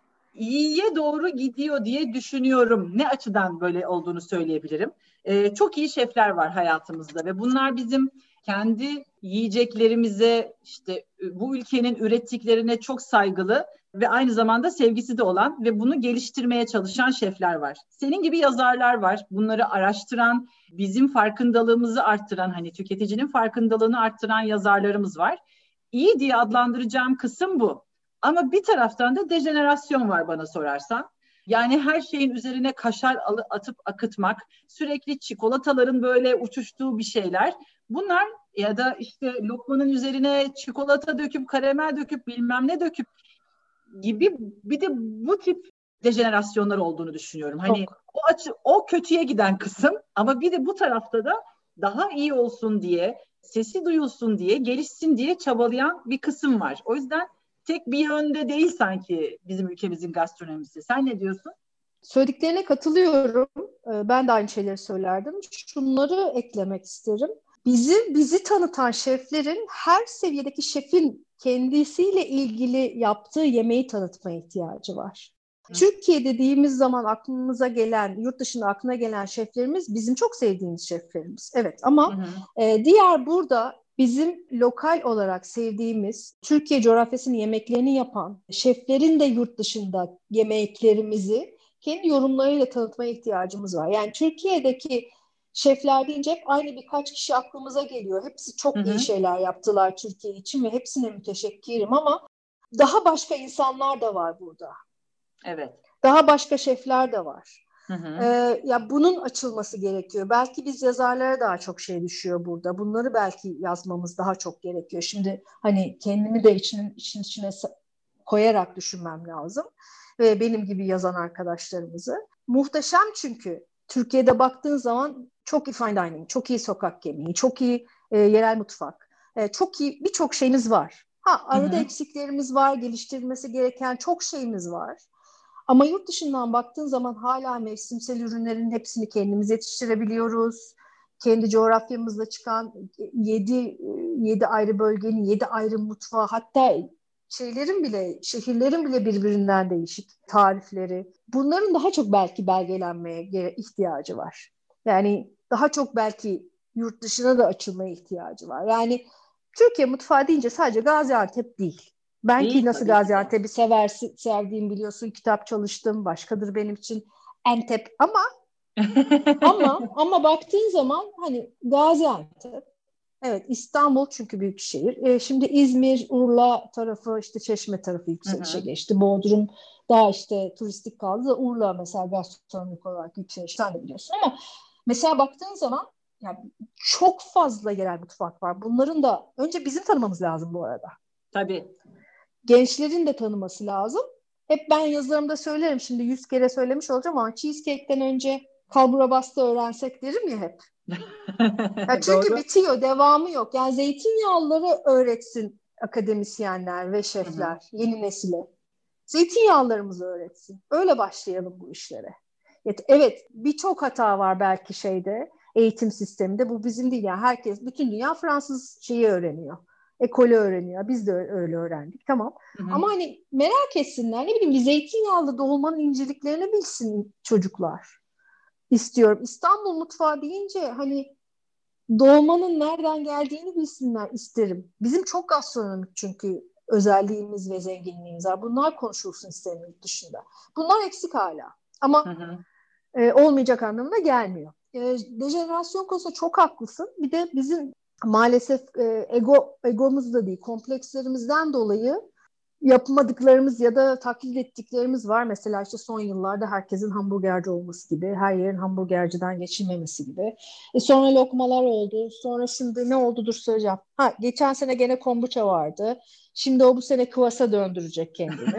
iyiye doğru gidiyor diye düşünüyorum. Ne açıdan böyle olduğunu söyleyebilirim. Çok iyi şefler var hayatımızda ve bunlar bizim kendi yiyeceklerimize, işte bu ülkenin ürettiklerine çok saygılı ve aynı zamanda sevgisi de olan ve bunu geliştirmeye çalışan şefler var. Senin gibi yazarlar var. Bunları araştıran, bizim farkındalığımızı arttıran, hani tüketicinin farkındalığını arttıran yazarlarımız var. İyi diye adlandıracağım kısım bu. Ama bir taraftan da dejenerasyon var bana sorarsan. Yani her şeyin üzerine kaşar atıp akıtmak, sürekli çikolataların böyle uçuştuğu bir şeyler. Bunlar ya da işte lokmanın üzerine çikolata döküp, karamel döküp, bilmem ne döküp gibi bir de bu tip dejenerasyonlar olduğunu düşünüyorum. Hani o kötüye giden kısım ama bir de bu tarafta da daha iyi olsun diye, sesi duyulsun diye, gelişsin diye çabalayan bir kısım var. O yüzden tek bir yönde değil sanki bizim ülkemizin gastronomisi. Sen ne diyorsun? Söylediklerine katılıyorum. Ben de aynı şeyleri söylerdim. Şunları eklemek isterim. Bizi tanıtan şeflerin her seviyedeki şefin kendisiyle ilgili yaptığı yemeği tanıtmaya ihtiyacı var. Türkiye dediğimiz zaman aklımıza gelen, yurt dışında aklına gelen şeflerimiz bizim çok sevdiğimiz şeflerimiz. Evet ama diğer burada bizim lokal olarak sevdiğimiz, Türkiye coğrafyasının yemeklerini yapan şeflerin de yurt dışında yemeklerimizi kendi yorumlarıyla tanıtmaya ihtiyacımız var. Yani Türkiye'deki şefler deyince hep aynı birkaç kişi aklımıza geliyor. Hepsi çok iyi şeyler yaptılar Türkiye için ve hepsine müteşekkirim ama daha başka insanlar da var burada. Evet. Daha başka şefler de var. Ya bunun açılması gerekiyor. Belki biz yazarlara daha çok şey düşüyor burada. Bunları belki yazmamız daha çok gerekiyor. Şimdi hani kendimi de işin içine koyarak düşünmem lazım. Ve benim gibi yazan arkadaşlarımızı. Muhteşem çünkü. Türkiye'de baktığın zaman çok iyi fine dining, çok iyi sokak yemeği, çok iyi yerel mutfak, çok iyi birçok şeyimiz var. Arada eksiklerimiz var, geliştirilmesi gereken çok şeyimiz var. Ama yurt dışından baktığın zaman hala mevsimsel ürünlerin hepsini kendimiz yetiştirebiliyoruz. Kendi coğrafyamızda çıkan 7 ayrı bölgenin 7 ayrı mutfağı, hatta şehirlerin bile birbirinden değişik tarifleri. Bunların daha çok belki belgelenmeye ihtiyacı var. Yani daha çok belki yurt dışına da açılmaya ihtiyacı var. Yani Türkiye mutfağı deyince sadece Gaziantep değil. Ben değil, ki nasıl Gaziantep'i sevdiğimi biliyorsun. Kitap çalıştım. Başkadır benim için Antep ama baktığın zaman hani Gaziantep, evet İstanbul çünkü büyük şehir. Şimdi İzmir, Urla tarafı, işte Çeşme tarafı yükselişe geçti. Bodrum daha işte turistik kaldı da Urla mesela gastronomik olarak yükselişte, sen de biliyorsun ama mesela baktığın zaman yani çok fazla yerel mutfak var. Bunların da önce bizim tanımamız lazım bu arada. Tabii. Gençlerin de tanıması lazım. Hep ben yazılarımda söylerim, şimdi 100 kere söylemiş olacağım ama cheesecake'ten önce kalbura bastı öğrensek derim ya hep. Ya çünkü bitiyor, devamı yok. Yani zeytinyağlıları öğretsin akademisyenler ve şefler yeni nesile. Zeytinyağlılarımızı öğretsin. Öyle başlayalım bu işlere. Evet, birçok hata var belki eğitim sisteminde. Bu bizim değil yani, bütün dünya Fransız şeyi öğreniyor. Ekolü öğreniyor. Biz de öyle öğrendik. Tamam. Ama hani merak etsinler, ne bileyim, bir zeytinyağlı dolmanın inceliklerini bilsin çocuklar. İstiyorum. İstanbul mutfağı deyince hani dolmanın nereden geldiğini bilsinler isterim. Bizim çok gastronomik çünkü özelliğimiz ve zenginliğimiz var. Bunlar konuşulsun isterim yurt dışında. Bunlar eksik hala. Ama olmayacak anlamına gelmiyor. Dejenerasyon konusunda çok haklısın. Bir de bizim maalesef egomuz da değil, komplekslerimizden dolayı yapmadıklarımız ya da taklit ettiklerimiz var. Mesela işte son yıllarda herkesin hamburgerci olması gibi, her yerin hamburgerciden geçilmemesi gibi. Sonra lokmalar oldu. Sonra şimdi ne oldu? Dur söyleyeceğim. Geçen sene gene kombuça vardı. Şimdi o bu sene kıvasa döndürecek kendini.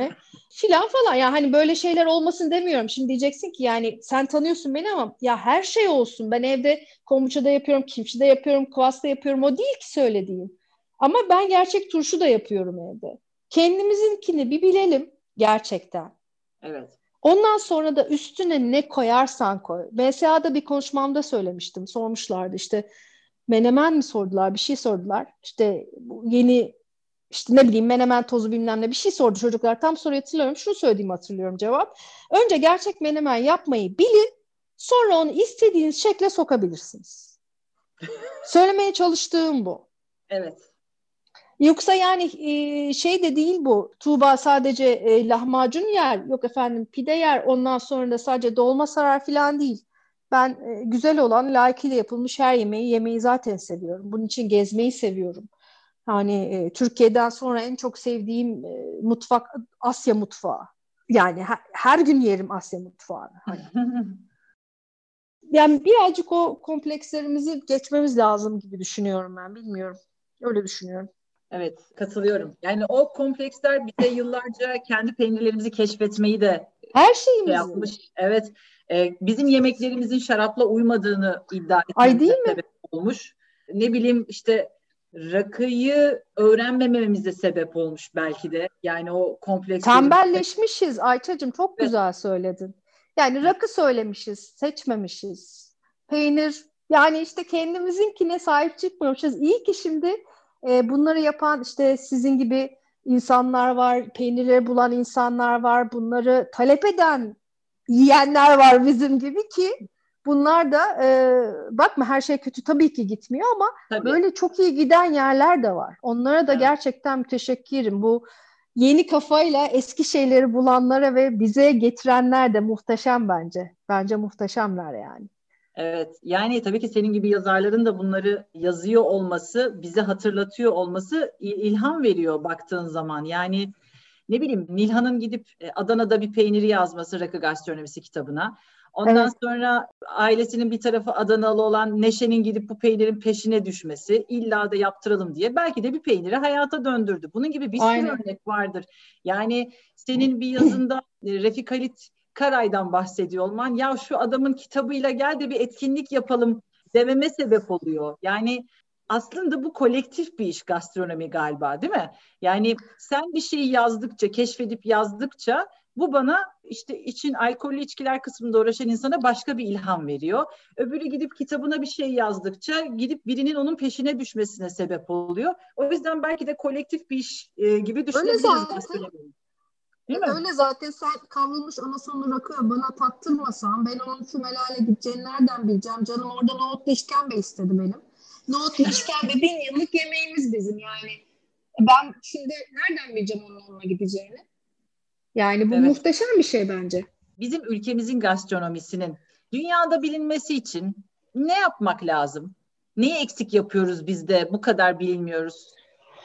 filan falan. Yani hani böyle şeyler olmasın demiyorum. Şimdi diyeceksin ki yani sen tanıyorsun beni ama ya her şey olsun. Ben evde kombuça da yapıyorum, kimchi de yapıyorum, kvass da yapıyorum. O değil ki söylediğim. Ama ben gerçek turşu da yapıyorum evde. Kendimizinkini bir bilelim gerçekten. Evet. Ondan sonra da üstüne ne koyarsan koy. MSA'da bir konuşmamda söylemiştim. Sormuşlardı işte menemen mi sordular, bir şey sordular. İşte bu yeni işte ne bileyim menemen tozu bilmem ne bir şey sordu çocuklar. Tam soruyu hatırlıyorum. Şunu söylediğimi hatırlıyorum cevap. Önce gerçek menemen yapmayı bilin. Sonra onu istediğiniz şekle sokabilirsiniz. Söylemeye çalıştığım bu. Evet. Yoksa yani şey de değil bu. Tuğba sadece lahmacun yer. Yok efendim pide yer. Ondan sonra da sadece dolma sarar falan değil. Ben güzel olan layıkıyla yapılmış her yemeği yemeyi zaten seviyorum. Bunun için gezmeyi seviyorum. Hani Türkiye'den sonra en çok sevdiğim mutfak Asya mutfağı. Yani her gün yerim Asya mutfağını. Hani. Yani birazcık o komplekslerimizi geçmemiz lazım gibi düşünüyorum ben. Bilmiyorum. Öyle düşünüyorum. Evet, katılıyorum. Yani o kompleksler bize yıllarca kendi peynirlerimizi keşfetmeyi de Her şey şeyimizi. yapmış. Evet, bizim yemeklerimizin şarapla uymadığını iddia Ay etmemize değil mi? sebep olmuş. Ne bileyim işte rakıyı öğrenmememize sebep olmuş belki de. Yani o komplekslerin. Tembelleşmişiz Ayça'cığım çok Evet, güzel söyledin. Yani rakı söylemişiz, seçmemişiz. Peynir yani işte kendimizinkine sahip çıkmıyormuşuz. İyi ki şimdi bunları yapan işte sizin gibi insanlar var, peynirleri bulan insanlar var, bunları talep eden yiyenler var bizim gibi ki bunlar da bakma her şey kötü tabii ki gitmiyor ama tabii. böyle çok iyi giden yerler de var. Onlara da Evet. gerçekten müteşekkirim. Bu yeni kafayla eski şeyleri bulanlara ve bize getirenler de muhteşem bence. Bence muhteşemler yani. Evet, yani tabii ki senin gibi yazarların da bunları yazıyor olması, bize hatırlatıyor olması ilham veriyor baktığın zaman. Yani ne bileyim Nilhan'ın gidip Adana'da bir peyniri yazması Rakı Gastronomisi kitabına. Ondan Evet, sonra ailesinin bir tarafı Adanalı olan Neşe'nin gidip bu peynirin peşine düşmesi, illa da yaptıralım diye belki de bir peyniri hayata döndürdü. Bunun gibi bir sürü aynen. örnek vardır. Yani senin bir yazında Refik Halit Karay'dan bahsediyor olman, ya şu adamın kitabıyla gel de bir etkinlik yapalım dememe sebep oluyor. Yani aslında bu kolektif bir iş gastronomi galiba, değil mi? Yani sen bir şeyi yazdıkça, keşfedip yazdıkça bu bana işte için alkollü içkiler kısmında uğraşan insana başka bir ilham veriyor. Öbürü gidip kitabına bir şey yazdıkça gidip birinin onun peşine düşmesine sebep oluyor. O yüzden belki de kolektif bir iş gibi Öyle düşünebiliriz zaten. gastronomi. Değil mi? Öyle zaten sen kavrulmuş anasını rakı bana tattırmasan ben onun fümelerle gideceğini nereden bileceğim? Canım orada nohutlu işkembe istedi benim. Nohutlu işkembe 1000 yıllık yemeğimiz bizim yani. Ben şimdi nereden bileceğim onun onunla gideceğini? Yani bu Evet. muhteşem bir şey bence. Bizim ülkemizin gastronomisinin dünyada bilinmesi için ne yapmak lazım? Neyi eksik yapıyoruz biz de bu kadar bilinmiyoruz?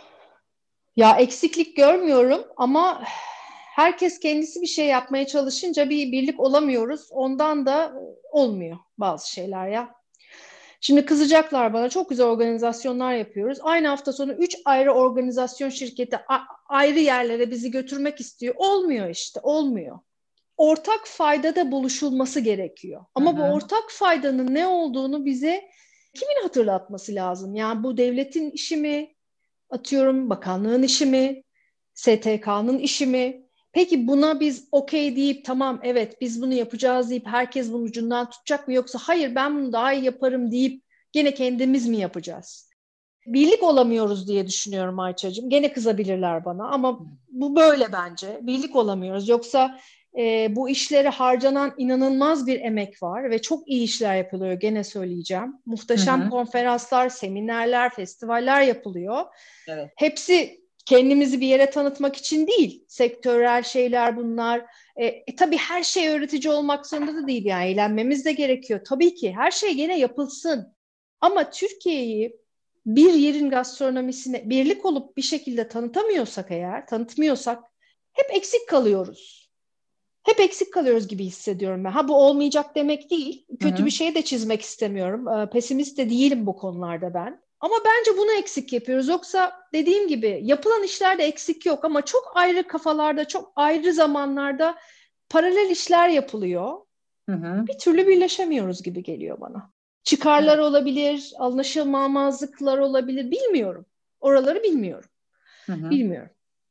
Ya eksiklik görmüyorum ama herkes kendisi bir şey yapmaya çalışınca bir birlik olamıyoruz. Ondan da olmuyor bazı şeyler ya. Şimdi kızacaklar bana. Çok güzel organizasyonlar yapıyoruz. Aynı hafta sonu 3 ayrı organizasyon şirketi ayrı yerlere bizi götürmek istiyor. Olmuyor işte, olmuyor. Ortak faydada buluşulması gerekiyor. Hı Ama bu hı. ortak faydanın ne olduğunu bize kimin hatırlatması lazım? Yani bu devletin işi mi? Atıyorum bakanlığın işi mi? STK'nın işi mi? Peki buna biz okey deyip tamam evet biz bunu yapacağız deyip herkes bunun ucundan tutacak mı? Yoksa hayır ben bunu daha iyi yaparım deyip gene kendimiz mi yapacağız? Birlik olamıyoruz diye düşünüyorum Ayça'cığım. Gene kızabilirler bana ama bu böyle bence. Birlik olamıyoruz. Yoksa bu işlere harcanan inanılmaz bir emek var ve çok iyi işler yapılıyor. Gene söyleyeceğim. Hı Muhteşem hı. konferanslar, seminerler, festivaller yapılıyor. Evet. Hepsi kendimizi bir yere tanıtmak için değil. Sektörel şeyler bunlar. Tabii her şey öğretici olmak zorunda da değil. Yani eğlenmemiz de gerekiyor. Tabii ki her şey gene yapılsın. Ama Türkiye'yi bir yerin gastronomisine birlik olup bir şekilde tanıtamıyorsak eğer, tanıtmıyorsak hep eksik kalıyoruz. Hep eksik kalıyoruz gibi hissediyorum ben. Ha bu olmayacak demek değil. Hı Kötü hı. bir şey de çizmek istemiyorum. Pesimist de değilim bu konularda ben. Ama bence bunu eksik yapıyoruz. Yoksa dediğim gibi yapılan işlerde eksik yok ama çok ayrı kafalarda, çok ayrı zamanlarda paralel işler yapılıyor. Hı hı. Bir türlü birleşemiyoruz gibi geliyor bana. Çıkarlar olabilir, anlaşılmamazlıklar olabilir. Bilmiyorum. Oraları bilmiyorum. Hı hı. Bilmiyorum.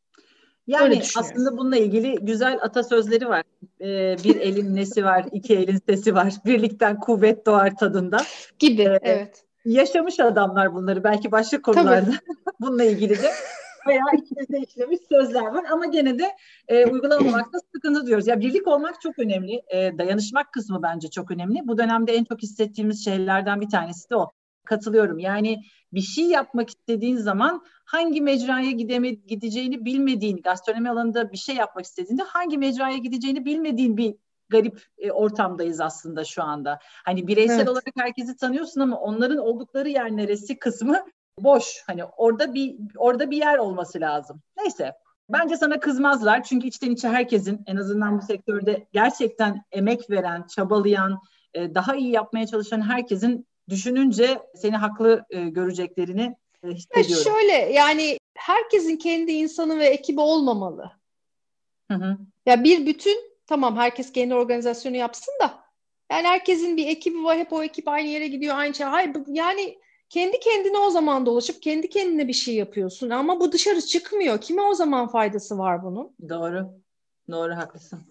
Öyle Yani düşünüyorum. aslında bununla ilgili güzel atasözleri var. Bir elin nesi var, iki elin sesi var. Birlikten kuvvet doğar tadında. Gibi, Ee, evet. Yaşamış adamlar bunları. Belki başka Tabii. konularda bununla ilgili de bayağı içimizde işlemiş sözler var. Ama gene de uygulamamakta sıkıntı duyuyoruz. Ya birlik olmak çok önemli. Dayanışmak kısmı bence çok önemli. Bu dönemde en çok hissettiğimiz şeylerden bir tanesi de o. Katılıyorum. Yani bir şey yapmak istediğin zaman hangi mecraya gideceğini bilmediğin, gastronomi alanında bir şey yapmak istediğinde hangi mecraya gideceğini bilmediğin bir garip ortamdayız aslında şu anda. Hani bireysel Evet. olarak herkesi tanıyorsun ama onların oldukları yer neresi kısmı boş. Hani orada bir yer olması lazım. Neyse. Bence sana kızmazlar çünkü içten içe herkesin en azından bu sektörde gerçekten emek veren, çabalayan, daha iyi yapmaya çalışan herkesin düşününce seni haklı göreceklerini Ya hissediyorum. şöyle yani herkesin kendi insanı ve ekibi olmamalı. Hı hı. Ya bir bütün tamam herkes kendi organizasyonu yapsın da yani herkesin bir ekibi var hep o ekip aynı yere gidiyor aynı şey. Hayır yani kendi kendine o zaman dolaşıp kendi kendine bir şey yapıyorsun ama bu dışarı çıkmıyor. Kime o zaman faydası var bunun? Doğru. Doğru, haklısın.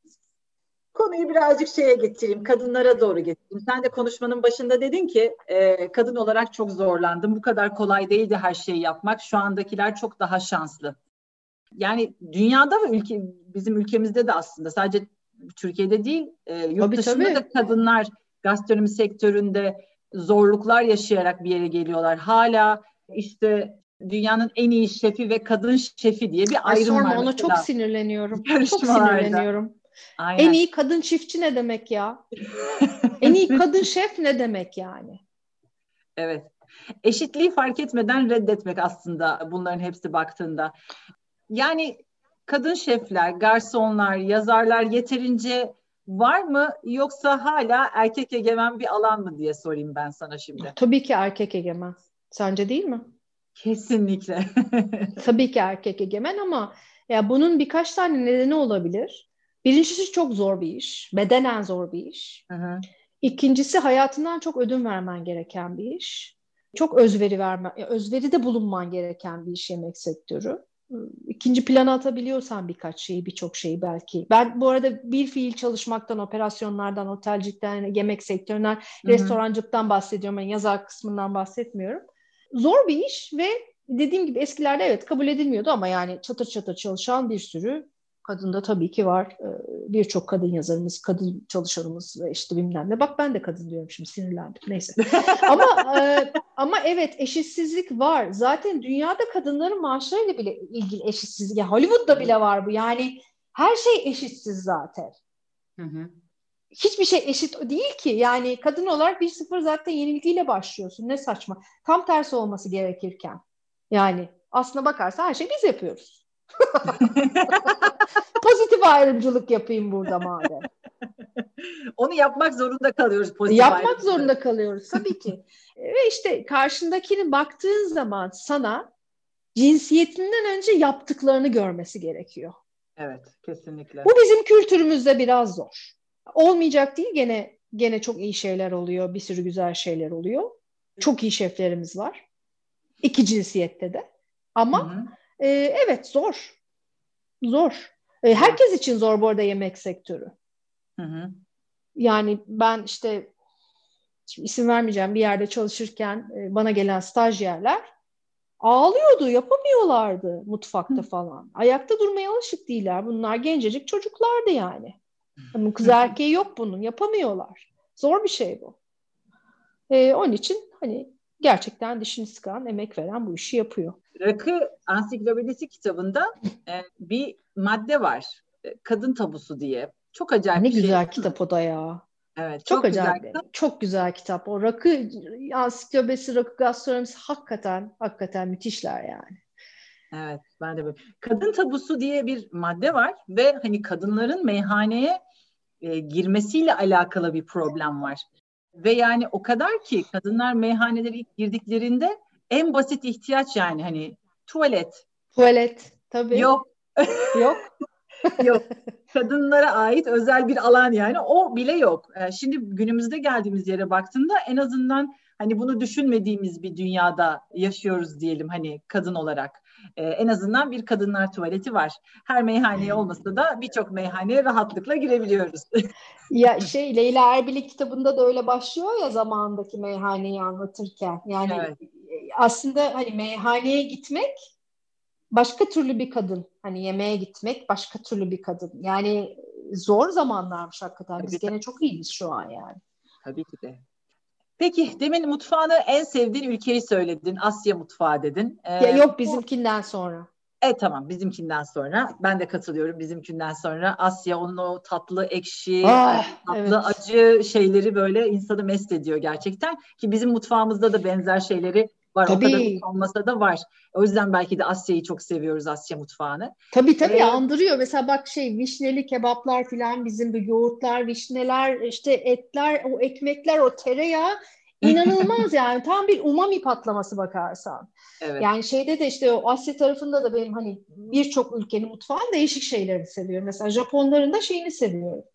Konuyu birazcık şeye getireyim, kadınlara doğru getireyim. Sen de konuşmanın başında dedin ki kadın olarak çok zorlandım. Bu kadar kolay değildi her şeyi yapmak. Şu andakiler çok daha şanslı. Yani dünyada ve bizim ülkemizde de aslında sadece Türkiye'de değil, yurt Tabii dışında tabii. da kadınlar gastronomi sektöründe zorluklar yaşayarak bir yere geliyorlar. Hala işte dünyanın en iyi şefi ve kadın şefi diye bir Ay ayrım sorma var ona çok mesela sinirleniyorum. Çok yarışmalarda. sinirleniyorum. En Aynen. iyi kadın çiftçi ne demek ya? En iyi kadın şef ne demek yani? Evet. Eşitliği fark etmeden reddetmek aslında bunların hepsi baktığında. Yani kadın şefler, garsonlar, yazarlar yeterince var mı yoksa hala erkek egemen bir alan mı diye sorayım ben sana şimdi. Tabii ki erkek egemen. Sence değil mi? Kesinlikle. Tabii ki erkek egemen ama ya bunun birkaç tane nedeni olabilir. Birincisi çok zor bir iş. Bedenen zor bir iş. Hı hı. İkincisi hayatından çok ödün vermen gereken bir iş. Çok özveride bulunman gereken bir iş yemek sektörü. İkinci plana atabiliyorsan birkaç şeyi, birçok şeyi belki. Ben bu arada bir fiil çalışmaktan, operasyonlardan, otelcilikten, yemek sektöründen, Hı hı. restorancılıktan bahsediyorum. Yani yazar kısmından bahsetmiyorum. Zor bir iş ve dediğim gibi eskilerde evet kabul edilmiyordu ama yani çatır çatır çalışan bir sürü kadın da tabii ki var. Birçok kadın yazarımız, kadın çalışanımız ve işte bilmem ne. Bak ben de kadın diyorum şimdi sinirlendim. Neyse. Ama evet eşitsizlik var. Zaten dünyada kadınların maaşlarıyla bile ilgili eşitsizlik. Ya Hollywood'da bile var bu. Yani her şey eşitsiz zaten. Hı hı. Hiçbir şey eşit değil ki. Yani kadın olarak 1-0 zaten yenilgiyle başlıyorsun. Ne saçma. Tam tersi olması gerekirken. Yani aslına bakarsan her şeyi biz yapıyoruz. Pozitif ayrımcılık yapayım burada madem. Onu yapmak zorunda kalıyoruz pozitif Yapmak ayrımcılığı. zorunda kalıyoruz tabii ki. Ve işte karşındakini baktığın zaman sana cinsiyetinden önce yaptıklarını görmesi gerekiyor. Evet, kesinlikle. Bu bizim kültürümüzde biraz zor. Olmayacak değil gene çok iyi şeyler oluyor, bir sürü güzel şeyler oluyor. Çok iyi şeflerimiz var. İki cinsiyette de. Hı Ama hı. evet zor. Zor. Zor. Herkes için zor bu arada yemek sektörü. Hı hı. Yani ben işte şimdi isim vermeyeceğim bir yerde çalışırken bana gelen stajyerler ağlıyordu, yapamıyorlardı mutfakta falan. Ayakta durmaya alışık değiller. Bunlar gencecik çocuklardı yani. Bunun kız erkeği yok bunun, yapamıyorlar. Zor bir şey bu. Onun için hani gerçekten dişini sıkan, emek veren bu işi yapıyor. Rakı Ansiklopedisi kitabında bir madde var. Kadın tabusu diye. Çok acayip Ne bir şey. güzel kitap o da ya. Evet, Çok çok güzel acayip. kitap. Çok güzel kitap. O rakı ansiklopedisi, rakı gastronomisi hakikaten müthişler yani. Evet, ben de böyle. Kadın tabusu diye bir madde var ve hani kadınların meyhaneye girmesiyle alakalı bir problem var. Ve yani o kadar ki kadınlar meyhanelere ilk girdiklerinde en basit ihtiyaç yani hani tuvalet. Tuvalet tabii. Yok. Yok. Yok. Kadınlara ait özel bir alan yani o bile yok. Şimdi günümüzde geldiğimiz yere baktığında en azından hani bunu düşünmediğimiz bir dünyada yaşıyoruz diyelim hani kadın olarak. En azından bir kadınlar tuvaleti var. Her meyhaneye olmasa da birçok meyhaneye rahatlıkla girebiliyoruz. Ya Leyla Erbil'in kitabında da öyle başlıyor ya zamandaki meyhaneyi anlatırken. Yani Evet. aslında hani meyhaneye gitmek başka türlü bir kadın. Hani yemeğe gitmek başka türlü bir kadın. Yani zor zamanlarmış hakikaten. Biz Tabii, gene çok iyiyiz şu an yani. tabii ki de. Peki demin mutfağını en sevdiğin ülkeyi söyledin. Asya mutfağı dedin. Ya yok bizimkinden sonra. Tamam bizimkinden sonra ben de katılıyorum bizimkinden sonra Asya onun o tatlı ekşi tatlı Evet. acı şeyleri böyle insanı mest ediyor gerçekten ki bizim mutfağımızda da benzer şeyleri var o kadar Tabii. olmasa da var o yüzden belki de Asya'yı çok seviyoruz Asya mutfağını. Tabii Ee, andırıyor. Mesela bak vişneli kebaplar filan bizim bu yoğurtlar, vişneler, işte etler, o ekmekler, o tereyağı inanılmaz yani. Tam bir umami patlaması bakarsan. evet. Yani de işte o Asya tarafında da benim hani birçok ülkenin mutfağın değişik şeylerini seviyorum. Mesela Japonların da seviyorum.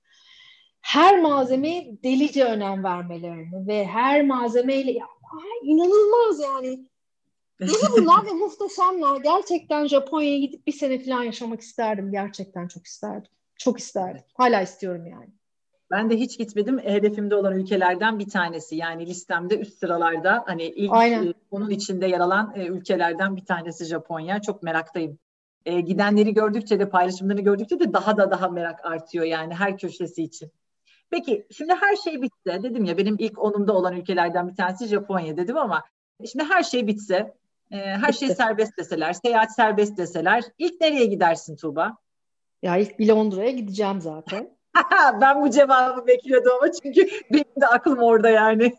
Her malzemeye delice önem vermelerini ve her malzemeyle inanılmaz yani. Bunlar da muhteşemler. Gerçekten Japonya'ya gidip bir sene falan yaşamak isterdim. Gerçekten çok isterdim. Çok isterdim. Hala istiyorum yani. Ben de hiç gitmedim. Hedefimde olan ülkelerden bir tanesi. Yani listemde üst sıralarda hani ilk Aynen. onun içinde yer alan ülkelerden bir tanesi Japonya. Çok meraktayım. Gidenleri gördükçe de paylaşımlarını gördükçe de daha merak artıyor yani her köşesi için. Peki şimdi her şey bitse dedim ya benim ilk onumda olan ülkelerden bir tanesi Japonya dedim ama şimdi her şey bitse her şey Bitti. serbest deseler, seyahat serbest deseler ilk nereye gidersin Tuğba? Ya ilk bir Londra'ya gideceğim zaten. Ben bu cevabı bekliyordum ama çünkü benim de aklım orada yani.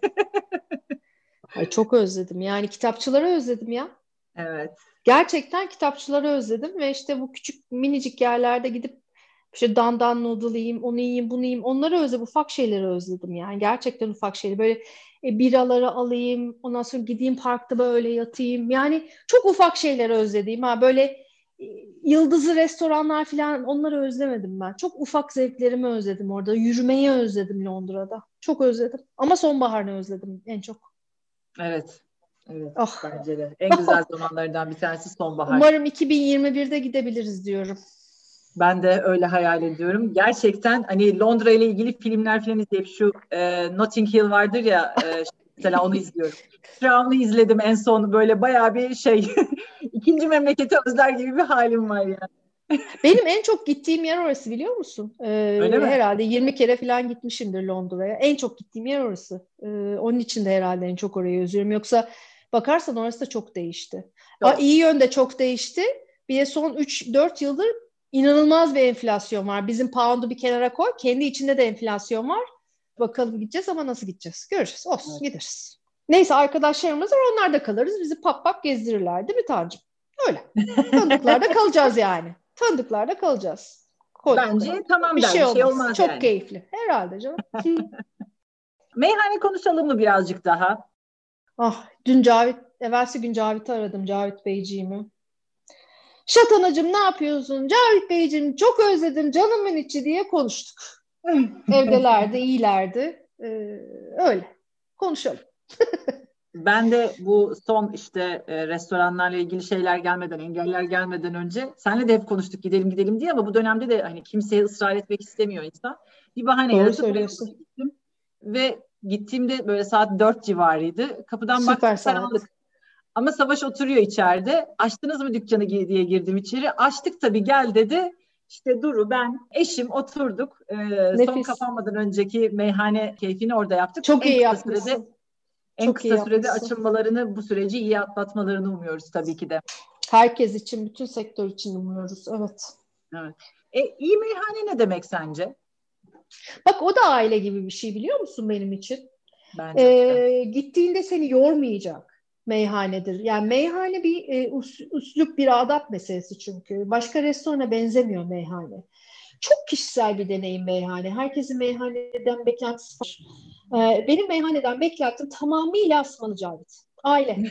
Ay çok özledim. Yani kitapçıları özledim ya. Evet. Gerçekten kitapçıları özledim ve işte bu küçük minicik yerlerde gidip işte dandan noodle yiyeyim, onu yiyeyim, bunu yiyeyim. Onları özledim, ufak şeyleri özledim yani. Gerçekten ufak şeyleri. Böyle biraları alayım, ondan sonra gideyim parkta böyle yatayım. Yani çok ufak şeyleri özlediğim. Böyle e, yıldızlı restoranlar falan onları özlemedim ben. Çok ufak zevklerimi özledim orada. Yürümeyi özledim Londra'da. Çok özledim. Ama sonbaharını özledim en çok. Evet. Evet. Ah. Bence de. En güzel zamanlardan bir tanesi sonbahar. Umarım 2021'de gidebiliriz diyorum. Ben de öyle hayal ediyorum. Gerçekten hani Londra ile ilgili filmler falan izleyip şu Notting Hill vardır ya mesela onu izliyorum. Crown'u izledim en son böyle bayağı bir ikinci memleketi özler gibi bir halim var yani. Benim en çok gittiğim yer orası biliyor musun? Öyle mi? Herhalde 20 kere falan gitmişimdir Londra'ya. En çok gittiğim yer orası. Onun için de herhalde en çok orayı özlüyorum. Yoksa bakarsan orası da çok değişti. Çok. İyi yönde çok değişti. Bir de son 3-4 yıldır inanılmaz bir enflasyon var. Bizim pound'u bir kenara koy. Kendi içinde de enflasyon var. Bakalım gideceğiz ama nasıl gideceğiz? Göreceğiz. Olsun Evet. gideriz. Neyse arkadaşlarımız var. Onlar da kalırız. Bizi pap gezdirirler. Değil mi Tancığım? Öyle. Tanıdıklarda kalacağız yani. Tanıdıklarda kalacağız. Koyduklarım. Bence tamam Bir der. şey Bir şey olmaz. olmaz Çok yani. keyifli. Herhalde canım. Meyhane konuşalım mı birazcık daha? Dün evvelsi gün Cavit'i aradım. Cavit Beyciğimi. Şatanacığım ne yapıyorsun? Cavit Beyciğim çok özledim canımın içi diye konuştuk. Evdelerdi, iyilerdi. Öyle. Konuşalım. Ben de bu son restoranlarla ilgili şeyler gelmeden, engeller gelmeden önce senle de hep konuştuk gidelim diye ama bu dönemde de hani kimseye ısrar etmek istemiyor insan. Bir bahane Doğru yaratıp Ayvalık'a söylüyorsun. gittim ve gittiğimde böyle saat 4 civarıydı. Kapıdan baktım Süper saat. karanlık. Ama Savaş oturuyor içeride. Açtınız mı dükkanı diye girdim içeri. Açtık tabii gel dedi. İşte Duru, ben, eşim oturduk. Son Nefis. kapanmadan önceki meyhane keyfini orada yaptık. Çok iyi yapmışsın. En Çok iyi kısa sürede yapmışsın. açılmalarını, bu süreci iyi atlatmalarını umuyoruz tabii ki de. Herkes için, bütün sektör için umuyoruz. Evet. Evet. İyi meyhane ne demek sence? Bak o da aile gibi bir şey biliyor musun benim için? Bence de. Gittiğinde seni yormayacak meyhanedir. Yani meyhane bir üslup, bir adap meselesi çünkü. Başka restorana benzemiyor meyhane. Çok kişisel bir deneyim meyhane. Herkesin meyhaneden beklentisi var. Benim meyhaneden beklentim tamamıyla Asmalı Cavit. Aile.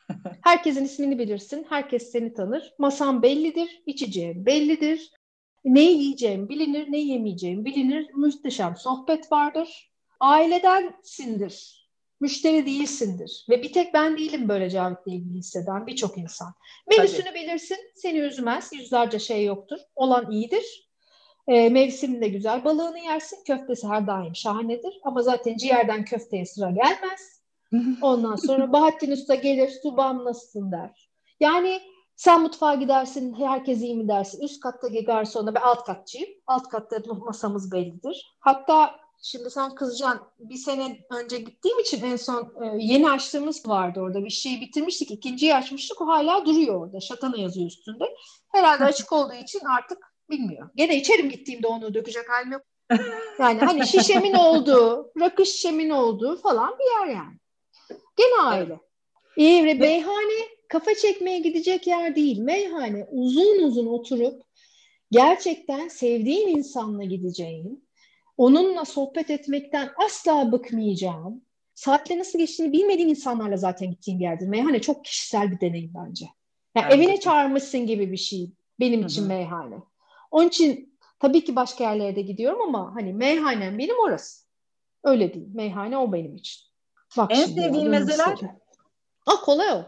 Herkesin ismini bilirsin, herkes seni tanır. Masan bellidir, içeceğin bellidir. Neyi yiyeceğim bilinir, ne yemeyeceğim bilinir. Muhteşem sohbet vardır. Ailedensindir, müşteri değilsindir. Ve bir tek ben değilim böyle Cavit'le ilgili hisseden birçok insan. Menüsünü bilirsin, seni üzmez, yüzlerce şey yoktur. Olan iyidir. Mevsiminde güzel balığını yersin, köftesi her daim şahanedir. Ama zaten ciğerden köfteye sıra gelmez. Ondan sonra Bahattin Usta gelir, Subam nasılsın der. Yani sen mutfağa gidersin, herkes iyi mi dersin. Üst kattaki garsona, ben alt katçıyım. Alt katta masamız bellidir. Hatta şimdi sen kızacaksın, bir sene önce gittiğim için en son yeni açtığımız vardı orada. Bir şeyi bitirmiştik, ikinciyi açmıştık. O hala duruyor orada. Şatana yazıyor üstünde. Herhalde açık olduğu için artık bilmiyor. Gene içerim gittiğimde onu dökecek halim yok. Yani hani şişemin olduğu, rakı şişemin olduğu falan bir yer yani. Gene aile. Meyhane kafa çekmeye gidecek yer değil. Meyhane uzun uzun oturup gerçekten sevdiğin insanla gideceğin, onunla sohbet etmekten asla bıkmayacağın, saatle nasıl geçtiğini bilmediğin insanlarla zaten gittiğin bir yerdir. Meyhane çok kişisel bir deneyim bence. Yani evine çağırmışsın gibi bir şey benim için meyhane. Onun için tabii ki başka yerlere de gidiyorum ama hani meyhanem benim orası. Öyle değil. Meyhane o benim için. Bak en sevdiğin mezeler? Kolay o.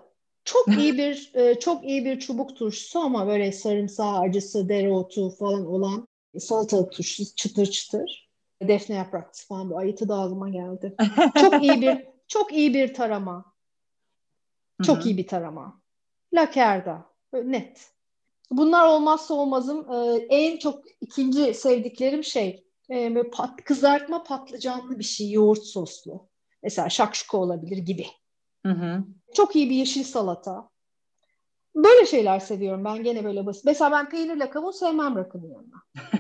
Çok iyi bir çubuk turşusu ama böyle sarımsağı, acısı, dereotu falan olan salatalık turşusu çıtır çıtır. Defne yapraklısı falan, bir ayıtı da ağzıma geldi. Çok iyi bir tarama. Çok iyi bir tarama. Lakerda. Net. Bunlar olmazsa olmazım. En çok ikinci sevdiklerim kızartma patlıcanlı bir şey, yoğurt soslu. Mesela şakşuka olabilir gibi. Çok iyi bir yeşil salata. Böyle şeyler seviyorum ben, gene böyle basit. Mesela ben peynirle kavun sevmem rakının yanına.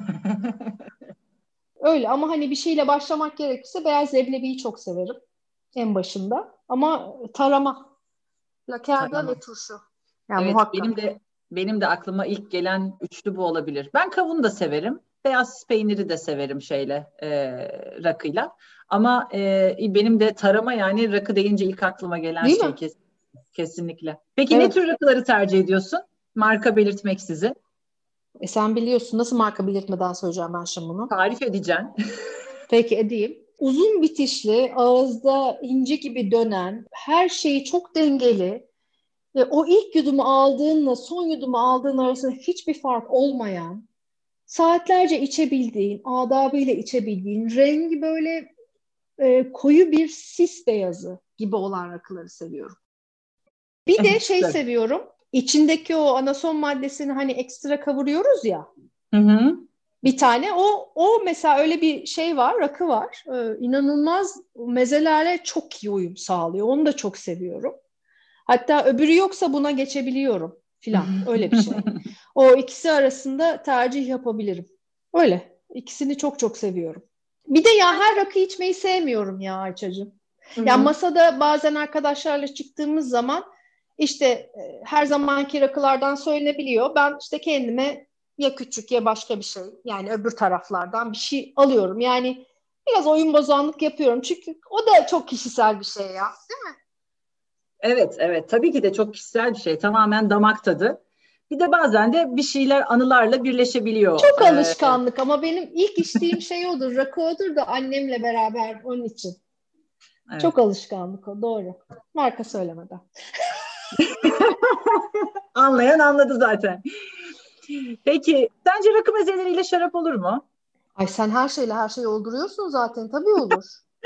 Öyle ama hani bir şeyle başlamak gerekirse beyaz leblebiyi çok severim en başında. Ama tarama, lakerda ve turşu. Yani evet, muhakkak. benim de aklıma ilk gelen üçlü bu olabilir. Ben kavun da severim. Beyaz peyniri de severim rakıyla. Ama benim de tarama, yani rakı deyince ilk aklıma gelen Değil şey mi? kesinlikle. Peki ne Evet. tür rakıları tercih ediyorsun? Marka belirtmeksizin. Sen biliyorsun, nasıl marka belirtmeden söyleyeceğim ben şimdi bunu. Tarif edeceksin. Peki edeyim. Uzun bitişli, ağızda inci gibi dönen, her şeyi çok dengeli ve o ilk yudumu aldığınla son yudumu aldığın arasında hiçbir fark olmayan, saatlerce içebildiğin, adabıyla içebildiğin, rengi böyle koyu bir sis beyazı gibi olan rakıları seviyorum. Bir de seviyorum. İçindeki o anason maddesini hani ekstra kavuruyoruz ya. Bir tane o mesela öyle bir şey var, rakı var. İnanılmaz mezelerle çok iyi uyum sağlıyor. Onu da çok seviyorum. Hatta öbürü yoksa buna geçebiliyorum filan. Öyle bir şey. O ikisi arasında tercih yapabilirim. Öyle. İkisini çok çok seviyorum. Bir de her rakı içmeyi sevmiyorum ya Ayça'cığım. Ya masada bazen arkadaşlarla çıktığımız zaman işte her zamanki rakılardan söylenebiliyor. Ben işte kendime ya küçük ya başka bir şey, yani öbür taraflardan bir şey alıyorum. Yani biraz oyun bozanlık yapıyorum. Çünkü o da çok kişisel bir şey ya. Değil mi? Evet, tabii ki de çok kişisel bir şey. Tamamen damak tadı. Bir de bazen de bir şeyler anılarla birleşebiliyor. Çok alışkanlık ama benim ilk içtiğim şey odur. Rakı odur da annemle beraber, onun için. Evet. Çok alışkanlık o, doğru. Marka söylemeden. Anlayan anladı zaten. Peki sence rakı mezeleriyle şarap olur mu? Ay sen her şeyle her şeyi olduruyorsun zaten, tabii olur.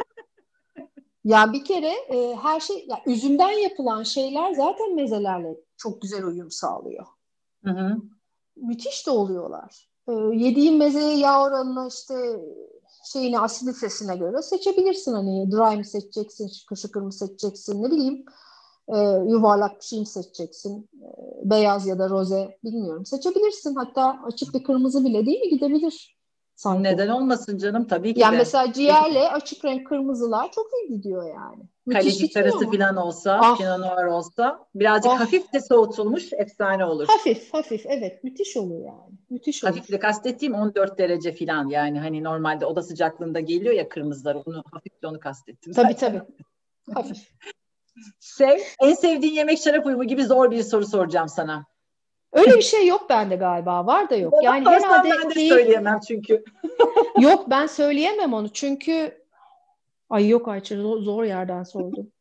Ya bir kere her şey, ya üzümden yapılan şeyler zaten mezelerle çok güzel uyum sağlıyor. Müthiş de oluyorlar. Yediğin mezeyi yağ oranına, işte asiditesine göre seçebilirsin. Hani dry mi seçeceksin, şıkır şıkır mı seçeceksin, ne bileyim, yuvarlak bir şey mi seçeceksin, beyaz ya da roze, bilmiyorum, seçebilirsin. Hatta açık bir kırmızı bile değil mi gidebilir sanki. Neden olmasın canım, tabii ki yani de. Mesela ciğerle açık renk kırmızılar çok iyi gidiyor yani. Müthiş Kalecik karası falan olsa, Pinot Noir olsa, birazcık hafif de soğutulmuş, efsane olur. Hafif evet, müthiş olur yani. Müthiş olur. Hafifle kastettiğim 14 derece falan, yani hani normalde oda sıcaklığında geliyor ya kırmızılar, onu hafifle, onu kastettim. Tabii. Hafif. En sevdiğin yemek şarap uyumu gibi zor bir soru soracağım sana. Öyle bir şey yok bende galiba. Var da yok. Bana Yani sorsan herhalde ben de söyleyemem çünkü. Yok, ben söyleyemem onu. Çünkü ay yok Ayça, zor yerden sordum.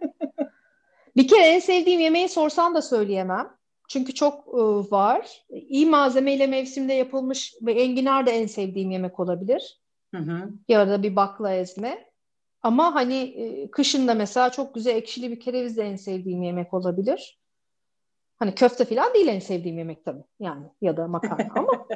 Bir kere en sevdiğim yemeği sorsan da söyleyemem. Çünkü çok var. İyi malzemeyle mevsimde yapılmış ve enginar da en sevdiğim yemek olabilir. Hı hı. Ya da bir bakla ezme. Ama hani kışın da mesela çok güzel ekşili bir kereviz de en sevdiğim yemek olabilir. Hani köfte falan değil en sevdiğim yemek tabii. Yani ya da makarna ama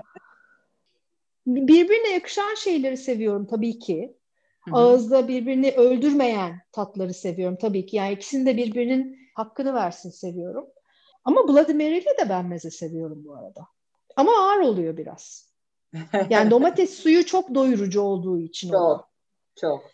birbirine yakışan şeyleri seviyorum tabii ki. Hı hı. Ağızda birbirini öldürmeyen tatları seviyorum tabii ki. Yani ikisinin de birbirinin hakkını versin seviyorum. Ama Bloody Mary'li de ben meze seviyorum bu arada. Ama ağır oluyor biraz. Yani domates suyu çok doyurucu olduğu için o da. Çok, çok.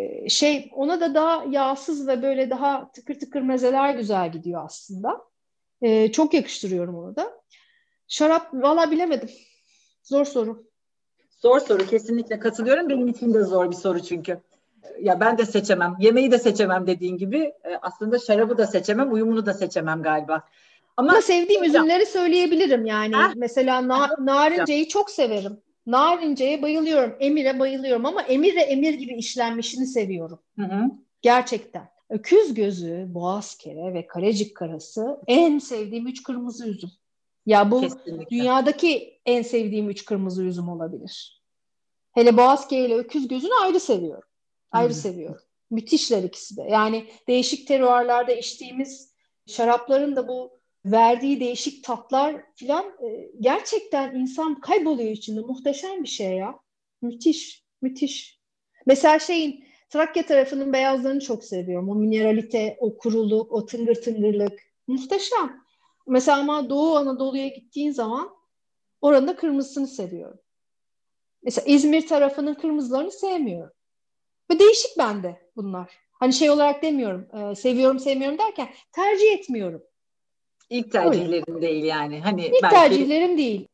Ona da daha yağsız ve böyle daha tıkır tıkır mezeler güzel gidiyor aslında. Çok yakıştırıyorum onu da. Şarap valla bilemedim. Zor soru. Zor soru, kesinlikle katılıyorum. Benim için de zor bir soru çünkü. Ya ben de seçemem. Yemeği de seçemem dediğin gibi. Aslında şarabı da seçemem, uyumunu da seçemem galiba. Ama Ama sevdiğim hocam, üzümleri söyleyebilirim yani. Mesela hocam. narinceyi çok severim. Narinceye bayılıyorum. Emir'e bayılıyorum ama Emir'e Emir gibi işlenmişini seviyorum. Hı hı. Gerçekten. Öküz gözü, boğazkere ve karecik karası en sevdiğim 3 kırmızı üzüm. Ya bu Kesinlikle. dünyadaki en sevdiğim 3 kırmızı üzüm olabilir. Hele boğazkere ile öküz gözünü ayrı seviyorum. Hı Ayrı hı. seviyorum. Müthişler ikisi de. Yani değişik terroirlarda içtiğimiz şarapların da bu verdiği değişik tatlar falan gerçekten insan kayboluyor içinde. Muhteşem bir şey ya. Müthiş, müthiş. Mesela Trakya tarafının beyazlarını çok seviyorum. O mineralite, o kuruluk, o tıngır tıngırlık. Muhteşem. Mesela ama Doğu Anadolu'ya gittiğin zaman oranın da kırmızısını seviyorum. Mesela İzmir tarafının kırmızılarını sevmiyorum. Ve değişik bende bunlar. Hani olarak demiyorum, seviyorum sevmiyorum derken tercih etmiyorum. İlk Öyle. tercihlerin değil yani. Hani İlk belki. tercihlerim değil.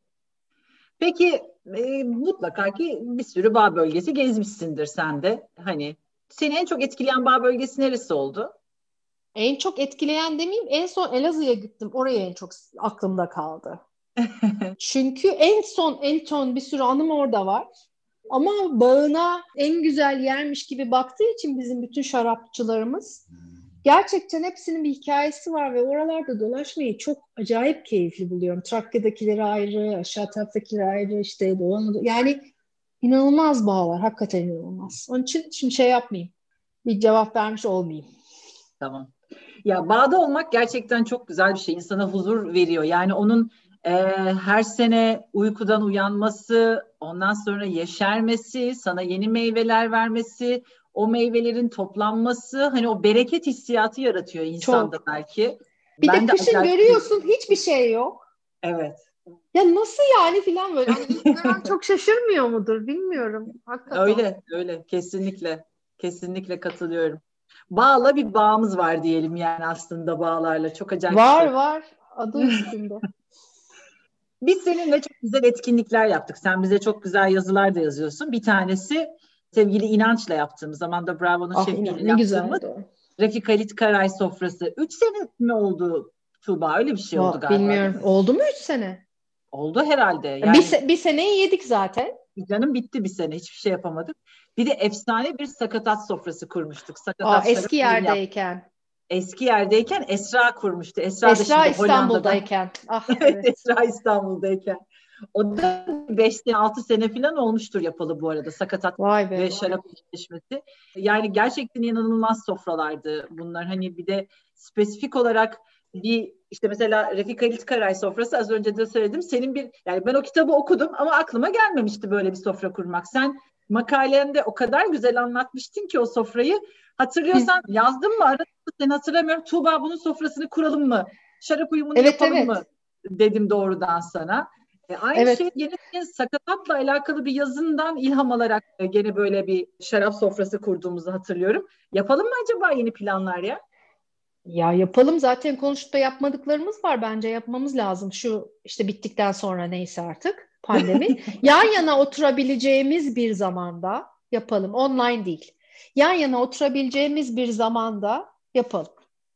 Peki mutlaka ki bir sürü bağ bölgesi gezmişsindir sen de. Hani seni en çok etkileyen bağ bölgesi neresi oldu? En çok etkileyen demeyeyim, en son Elazığ'a gittim. Oraya en çok aklımda kaldı. Çünkü en son bir sürü anım orada var. Ama bağına en güzel yermiş gibi baktığı için bizim bütün şarapçılarımız gerçekten hepsinin bir hikayesi var ve oralarda dolaşmayı çok acayip keyifli buluyorum. Trakya'dakileri ayrı, aşağı taraftakileri ayrı, işte Doğu Anadolu. Yani inanılmaz bağlar, hakikaten inanılmaz. Onun için şimdi yapmayayım. Bir cevap vermiş olmayayım. Tamam. Ya bağda olmak gerçekten çok güzel bir şey. İnsana huzur veriyor. Yani onun her sene uykudan uyanması, ondan sonra yeşermesi, sana yeni meyveler vermesi, o meyvelerin toplanması, hani o bereket hissiyatı yaratıyor insanda Çok. belki. Bir de Ben de kışın acayip görüyorsun hiçbir şey yok. evet. Ya nasıl yani filan böyle. Hani ilk gören çok şaşırmıyor mudur bilmiyorum. Hakikaten. Öyle, öyle. Kesinlikle. Kesinlikle katılıyorum. Bağla bir bağımız var diyelim yani aslında bağlarla. Çok acayip bir Var şey. var. Adı üstünde. Biz seninle çok güzel etkinlikler yaptık. Sen bize çok güzel yazılar da yazıyorsun. Bir tanesi sevgili İnanç'la yaptığımız, Zamanda Bravo'nun Ah inan şefiyle ne yaptığımız güzeldi o. Refik Halit Karay sofrası. 3 sene mi oldu Tuğba? Öyle bir şey oldu galiba değil Bilmiyorum. mi? Oldu mu 3 sene? Oldu herhalde. Bir, Yani bir seneyi yedik zaten. canım bitti bir sene. Hiçbir şey yapamadık. Bir de efsane bir sakatat sofrası kurmuştuk. Sakatat şarap Eski uyum yaptık. yerdeyken. Eski yerdeyken Esra kurmuştu. Esra da Esra şimdi Hollanda'da. İstanbul'dayken. Ah Evet, evet. Esra İstanbul'dayken. O da 5 sene 6 sene falan olmuştur yapalı bu arada sakatat Vay ve be. şarap eşleşmesi. Yani gerçekten inanılmaz sofralardı bunlar. Hani bir de spesifik olarak bir işte mesela Refik Halit Karay sofrası az önce de söyledim. Yani ben o kitabı okudum ama aklıma gelmemişti böyle bir sofra kurmak. Sen makalende o kadar güzel anlatmıştın ki o sofrayı. Biz Hatırlıyorsan yazdım mı aradım mı seni hatırlamıyorum. Tuğba bunun sofrasını kuralım mı? Şarap uyumunu evet yapalım mı? evet. Dedim doğrudan sana. Aynı şey Evet. gene sakatatla alakalı bir yazından ilham alarak gene böyle bir şarap sofrası kurduğumuzu hatırlıyorum. Yapalım mı acaba yeni planlar ya? Ya yapalım, zaten konuşup da yapmadıklarımız var, bence yapmamız lazım. Şu işte bittikten sonra neyse artık pandemi. Yan yana oturabileceğimiz bir zamanda yapalım. Online değil. Yan yana oturabileceğimiz bir zamanda yapalım.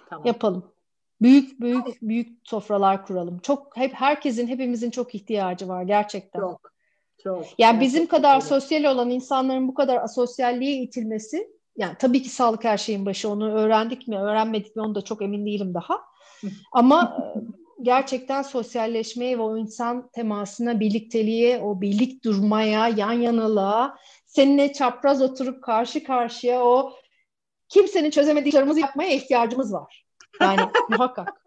Tamam. Yapalım. Büyük büyük büyük sofralar kuralım. Hepimizin çok ihtiyacı var gerçekten. Çok. Yani bizim kadar sosyal olan insanların bu kadar asosyalliğe itilmesi, yani tabii ki sağlık her şeyin başı. Onu öğrendik mi, öğrenmedik mi onu da çok emin değilim daha. Ama gerçekten sosyalleşmeye ve o insan temasına, birlikteliğe, o birlik durmaya, yan yanalığa, seninle çapraz oturup karşı karşıya o kimsenin çözemediği işlerimizi yapmaya ihtiyacımız var. Yani muhakkak.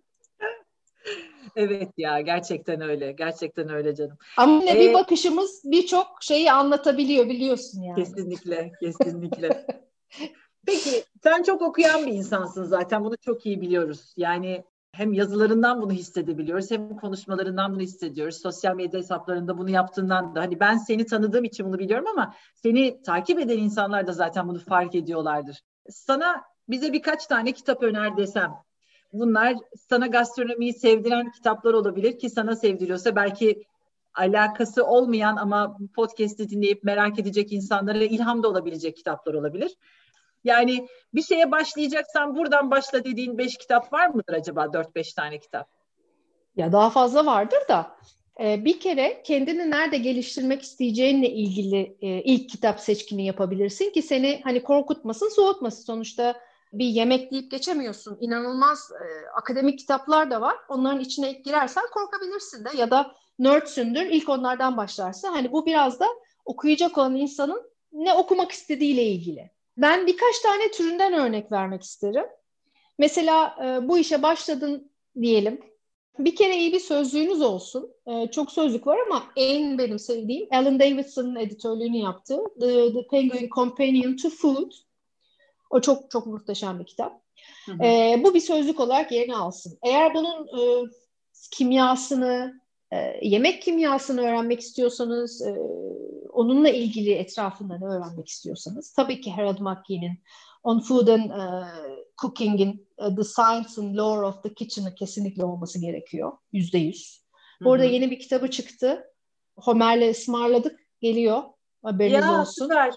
Evet ya, gerçekten öyle. Gerçekten öyle canım. Ama yine bir bakışımız birçok şeyi anlatabiliyor, biliyorsun yani. Kesinlikle. Peki sen çok okuyan bir insansın zaten. Bunu çok iyi biliyoruz. Yani hem yazılarından bunu hissedebiliyoruz, hem konuşmalarından bunu hissediyoruz. Sosyal medya hesaplarında bunu yaptığından da, hani ben seni tanıdığım için bunu biliyorum ama seni takip eden insanlar da zaten bunu fark ediyorlardır. Sana bize birkaç tane kitap öner desem, bunlar sana gastronomiyi sevdiren kitaplar olabilir ki sana sevdiriyorsa belki alakası olmayan ama podcast'i dinleyip merak edecek insanlara ilham da olabilecek kitaplar olabilir. Yani bir şeye başlayacaksan buradan başla dediğin 5 kitap var mıdır acaba? 4-5 tane kitap. Ya daha fazla vardır da. Bir kere kendini nerede geliştirmek isteyeceğinle ilgili ilk kitap seçkini yapabilirsin ki seni hani korkutmasın, soğutmasın. Sonuçta bir yemek deyip geçemiyorsun. İnanılmaz akademik kitaplar da var. Onların içine girersen korkabilirsin de, ya da nerdsündür, ilk onlardan başlarsa. Hani bu biraz da okuyacak olan insanın ne okumak istediğiyle ilgili. Ben birkaç tane türünden örnek vermek isterim. Mesela bu işe başladın diyelim. Bir kere iyi bir sözlüğünüz olsun. Çok sözlük var ama en benim sevdiğim Alan Davidson'ın editörlüğünü yaptığı The Penguin Companion to Food. O çok çok muhteşem bir kitap. Hı hı. Bu bir sözlük olarak yerini alsın. Eğer bunun kimyasını, yemek kimyasını öğrenmek istiyorsanız, onunla ilgili etrafından öğrenmek istiyorsanız, tabii ki Harold Mackie'nin On Food and Cooking'in The Science and Lore of the Kitchen'ı kesinlikle olması gerekiyor. %100. Orada yeni bir kitabı çıktı. Homer'le ısmarladık. Geliyor. Haberiniz olsun. Süper.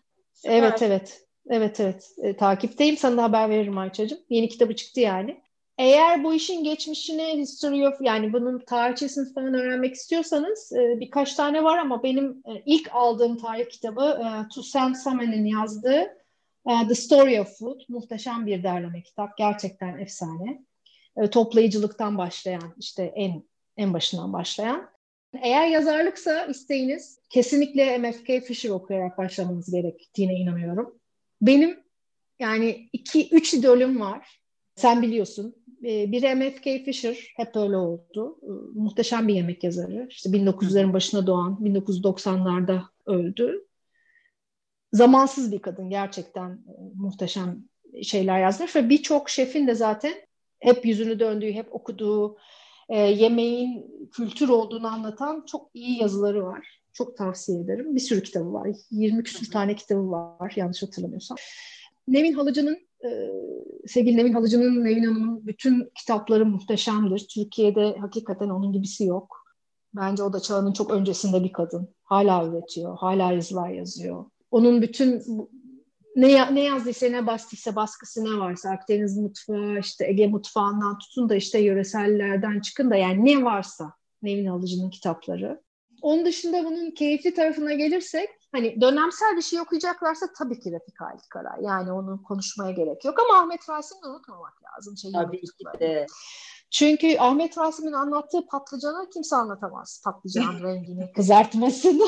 Evet. Takipteyim. Sana da haber veririm Ayça'cığım. Yeni kitabı çıktı yani. Eğer bu işin geçmişini, history of, yani bunun tarihçesini falan öğrenmek istiyorsanız birkaç tane var ama benim ilk aldığım tarih kitabı Toussaint Samen'in yazdığı The Story of Food. Muhteşem bir derleme kitap. Gerçekten efsane. Toplayıcılıktan başlayan, işte en başından başlayan. Eğer yazarlıksa isteğiniz, kesinlikle M.F.K. Fisher okuyarak başlamanız gerektiğine inanıyorum. Benim yani 2-3 idolüm var. Sen biliyorsun. Biri M.F.K. Fisher, hep öyle oldu. Muhteşem bir yemek yazarı. İşte 1900'lerin başına doğan, 1990'larda öldü. Zamansız bir kadın, gerçekten muhteşem şeyler yazmış ve birçok şefin de zaten hep yüzünü döndüğü, hep okuduğu, yemeğin kültür olduğunu anlatan çok iyi yazıları var. Çok tavsiye ederim. Bir sürü kitabı var. 20 küsur tane kitabı var yanlış hatırlamıyorsam. Nevin Halıcı'nın, sevgili Nevin Halıcı'nın, Nevin Hanım'ın bütün kitapları muhteşemdir. Türkiye'de hakikaten onun gibisi yok. Bence o da çağının çok öncesinde bir kadın. Hala üretiyor, hala yazılar yazıyor. Onun bütün ne yazdıysa, ne bastıysa, baskısı ne varsa, Akdeniz mutfağı, işte Ege mutfağından tutun da işte yöresellerden çıkın da, yani ne varsa Nevin Halıcı'nın kitapları. Onun dışında bunun keyifli tarafına gelirsek, hani dönemsel bir şey okuyacaklarsa tabii ki Refik Halit Karay. Yani onu konuşmaya gerek yok ama Ahmet Rasim'i de unutmamak lazım. Tabii ki de. Çünkü Ahmet Rasim'in anlattığı patlıcanı kimse anlatamaz. Patlıcan rengini, kızartmasını.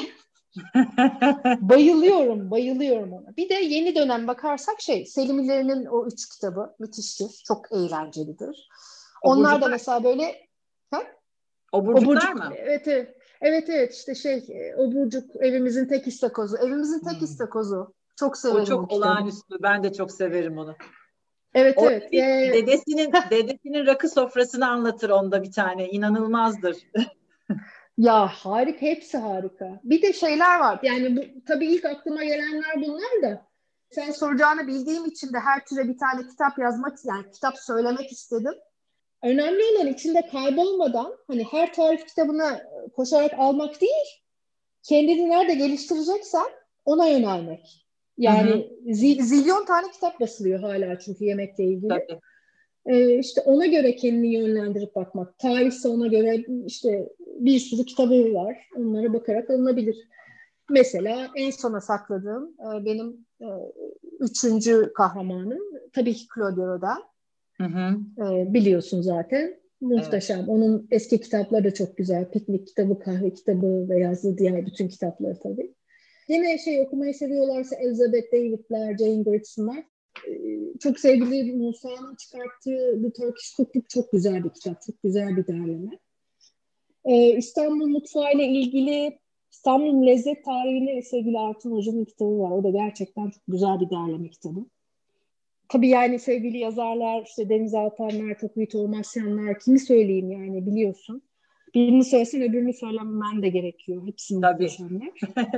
Bayılıyorum ona. Bir de yeni dönem bakarsak Selim İleri'nin o 3 kitabı müthiştir. Çok eğlencelidir. Onlar da mesela böyle Oburcuklar mı? Evet, işte Oburcuk, evimizin tek istakozu. Evimizin tek istakozu. Çok severim o çok olağanüstü. Ben de çok severim onu. Evet. Dedesinin rakı sofrasını anlatır onda bir tane. İnanılmazdır. Ya harika, hepsi harika. Bir de şeyler var. Yani bu tabii ilk aklıma gelenler bunlar da. Sen soracağını bildiğim için de her türe bir tane kitap yazmak, yani kitap söylemek istedim. Önemli olan içinde kaybolmadan, hani her tarif kitabına koşarak almak değil, kendini nerede geliştireceksen ona yönelmek. Yani zilyon tane kitap basılıyor hala çünkü yemekle ilgili. İşte ona göre kendini yönlendirip bakmak. Tarihse ona göre işte bir sürü kitabı var. Onlara bakarak alınabilir. Mesela en sona sakladığım benim üçüncü kahramanım tabii ki Claudio Rodin. Hı hı. Biliyorsun zaten. Muhteşem. Evet. Onun eski kitapları da çok güzel. Piknik kitabı, kahve kitabı ve yazdığı diğer bütün kitapları tabii. Yine okumayı seviyorlarsa Elizabeth David'ler, Jane Britson'lar. Çok sevgili Musa'nın çıkarttığı The Turkish Cookbook çok güzel bir kitap. Çok güzel bir derleme. İstanbul mutfağı ile ilgili İstanbul'un lezzet tarihiyle sevgili Artun Hoca'nın kitabı var. O da gerçekten çok güzel bir derleme kitabı. Tabii yani sevgili yazarlar, işte Deniz Altanlar, Tokuyut Olmazyanlar, kimi söyleyeyim yani biliyorsun. Birini söylesen öbürünü söylememen de gerekiyor. Hepsi muhteşemler.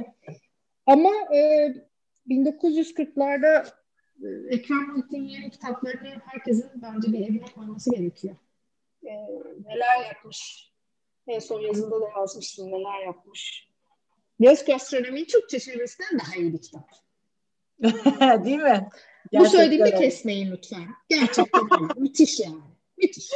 Ama 1940'larda Ekrem Muhittin'in kitaplarını herkesin bence bir evine koyması gerekiyor. Neler yapmış? En son yazında da yazmıştım neler yapmış. Göz gastronomiyi Türkçe çevirisinden daha iyi bir kitap. Değil mi? Gerçekten bu söylediğimi kesmeyin lütfen. Gerçekten öyle. Müthiş yani. Müthiş.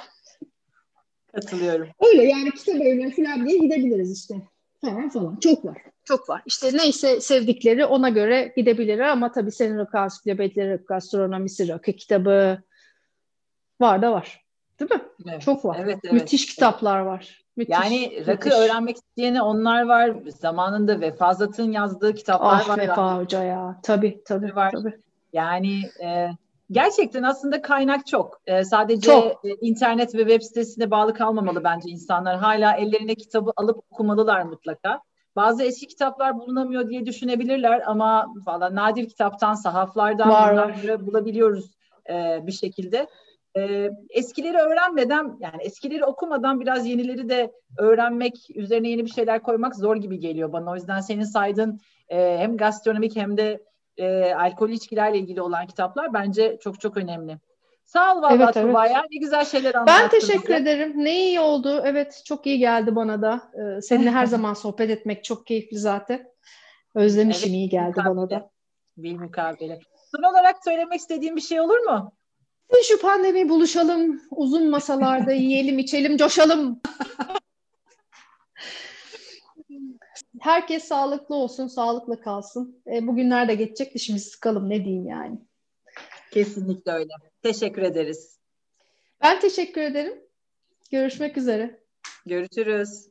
Katılıyorum. Öyle yani kitap evine falan diye gidebiliriz işte. Falan. Çok var. Çok var. İşte neyse sevdikleri ona göre gidebilir ama tabii senin rakı ansiklopedileri, rakı gastronomisi, rakı kitabı var da var. Değil mi? Evet. Çok var. Evet. Müthiş kitaplar var. Müthiş, yani rakı öğrenmek isteyeni onlar var. Zamanında Vefazat'ın yazdığı kitaplar var. Vefa Hoca ya. Tabii. Var. Tabii. Yani gerçekten aslında kaynak çok. Sadece internet ve web sitesine bağlı kalmamalı bence insanlar. Hala ellerine kitabı alıp okumalılar mutlaka. Bazı eski kitaplar bulunamıyor diye düşünebilirler ama valla nadir kitaptan, sahaflardan bunları bulabiliyoruz bir şekilde. Eskileri öğrenmeden, yani eskileri okumadan biraz yenileri de öğrenmek, üzerine yeni bir şeyler koymak zor gibi geliyor bana. O yüzden senin saydığın hem gastronomik hem de alkollü içkilerle ilgili olan kitaplar bence çok çok önemli. Sağ ol vallahi Tuğba ya. Ne güzel şeyler anlattın. Ben teşekkür ederim. Ne iyi oldu. Evet çok iyi geldi bana da. Seninle her zaman sohbet etmek çok keyifli zaten. Özlemişim, iyi geldi bana da. Bilmukabele. Son olarak söylemek istediğim bir şey olur mu? Şu pandemi buluşalım. Uzun masalarda yiyelim, içelim, coşalım. Herkes sağlıklı olsun, sağlıklı kalsın. Bugünler de geçecek, dişimizi sıkalım ne diyeyim yani. Kesinlikle öyle. Teşekkür ederiz. Ben teşekkür ederim. Görüşmek üzere. Görüşürüz.